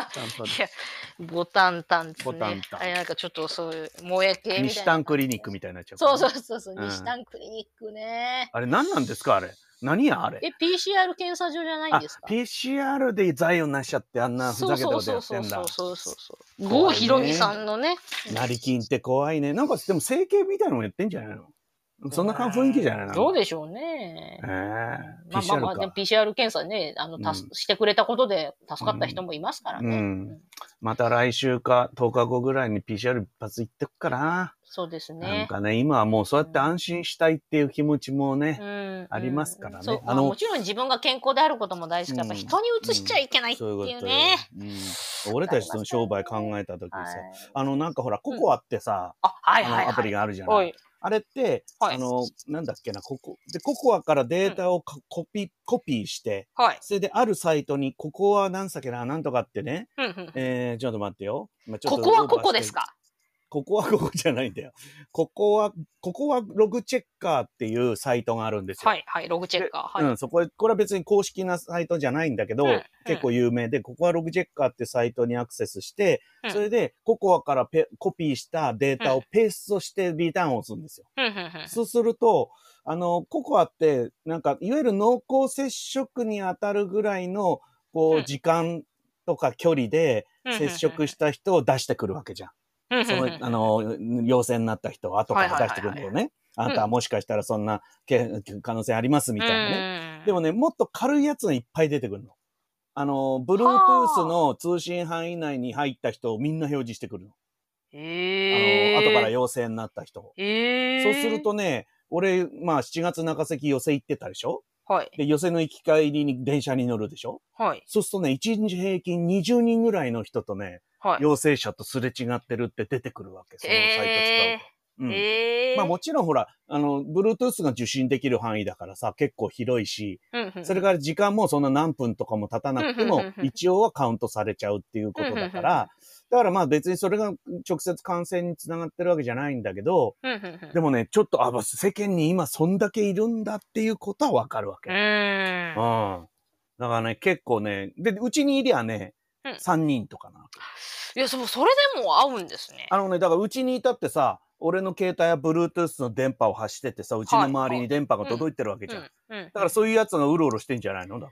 ボタンタンですね。ボタンタン。なんかちょっとそういう、萌え系みたいな。 西丹クリニックみたいになっちゃう。 そう、西丹クリニックね。 あれ何なんですかあれ。何やあれ。 PCR 検査場じゃないんですか？ PCR で財をなしちゃってあんなふざけたことやってんだ。 そう。郷ひろみさんのね。 成金って怖いね。なんかでも整形みたいなのもやってんじゃないの？そんな雰囲気じゃないの？ どうでしょうね。でも PCR 検査ね、してくれたことで助かった人もいますからね。 また来週か10日後ぐらいに PCR 一発行ってくかな。 そうですね。 なんかね、今はもうそうやって安心したいっていう気持ちもね、ありますからね。 もちろん自分が健康であることも大事だけど、人に移しちゃいけないっていうね。 俺たちの商売考えた時さ、なんかほら、ココアってさ、アプリがあるじゃない。あれって、なんだっけな、ココアからデータをコピーして、それであるサイトに、ここは何だっけな、なんとかってね、ちょっと待ってよ。 ここはここですか？ ここはここじゃないんだよ。ここはログチェッカーっていうサイトがあるんですよ。 ログチェッカー。 これは別に公式なサイトじゃないんだけど、結構有名で、ここはログチェッカーってサイトにアクセスして、それでココアからコピーしたデータをペーストしてリターンを押すんですよ。そうすると、ココアって、なんか、いわゆる濃厚接触に当たるぐらいの、時間とか距離で接触した人を出してくるわけじゃん。陽性になった人を後から出してくるのね。あなたはもしかしたらそんな可能性ありますみたいなね。でもね、もっと軽いやつがいっぱい出てくるの。Bluetooth の通信範囲内に入った人をみんな表示してくるの。後から陽性になった人を。そうするとね、俺、7月中関寄せ行ってたでしょ？で、寄せの行き帰りに電車に乗るでしょ？そうするとね、1日平均20人ぐらいの人とね、陽性者とすれ違ってるって出てくるわけ。そのサイト使うと。もちろんほら、Bluetooth が受信できる範囲だからさ、結構広いし、それから時間もそんな何分とかも経たなくても、一応はカウントされちゃうっていうことだから、だから別にそれが直接感染につながってるわけじゃないんだけど、でもね、ちょっと、世間に今そんだけいるんだっていうことはわかるわけ。だからね、結構ね、で、うちにいりゃね、3人とかな。 いや、それでも合うんですね。 だからうちにいたってさ、俺の携帯は Bluetooth の電波を発しててさ、うちの周りに電波が届いてるわけじゃん。だからそういうやつがうろうろしてんじゃないのだから。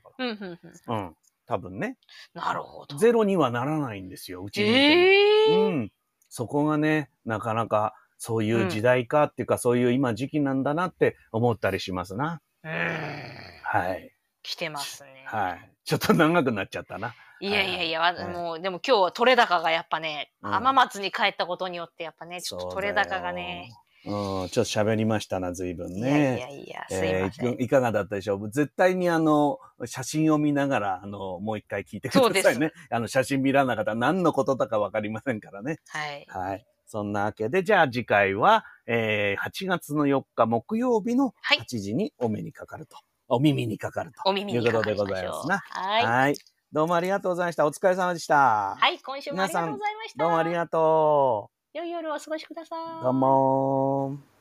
多分ね。 なるほど。 ゼロにはならないんですよ、うちにいても。そこがね、なかなかそういう時代かっていうか、そういう今時期なんだなって思ったりしますな。はい。 来てますね。 はい。ちょっと長くなっちゃったな。 いや、もう、でも今日は取れ高がやっぱね、浜松に帰ったことによってやっぱね、ちょっと取れ高がね。 ちょっと喋りましたな、随分ね。 いや、すいません。 いかがだったでしょう？絶対に写真を見ながら、もう一回聞いてくださいね。写真見らなかったら何のことだかわかりませんからね。はい。そんなわけで、じゃあ次回は、8月の4日木曜日の8時にお耳にかかるということでございますな。はい。どうもありがとうございました。お疲れ様でした。 はい、今週もありがとうございました。 どうもありがとう。良い夜をお過ごしください。 どうも。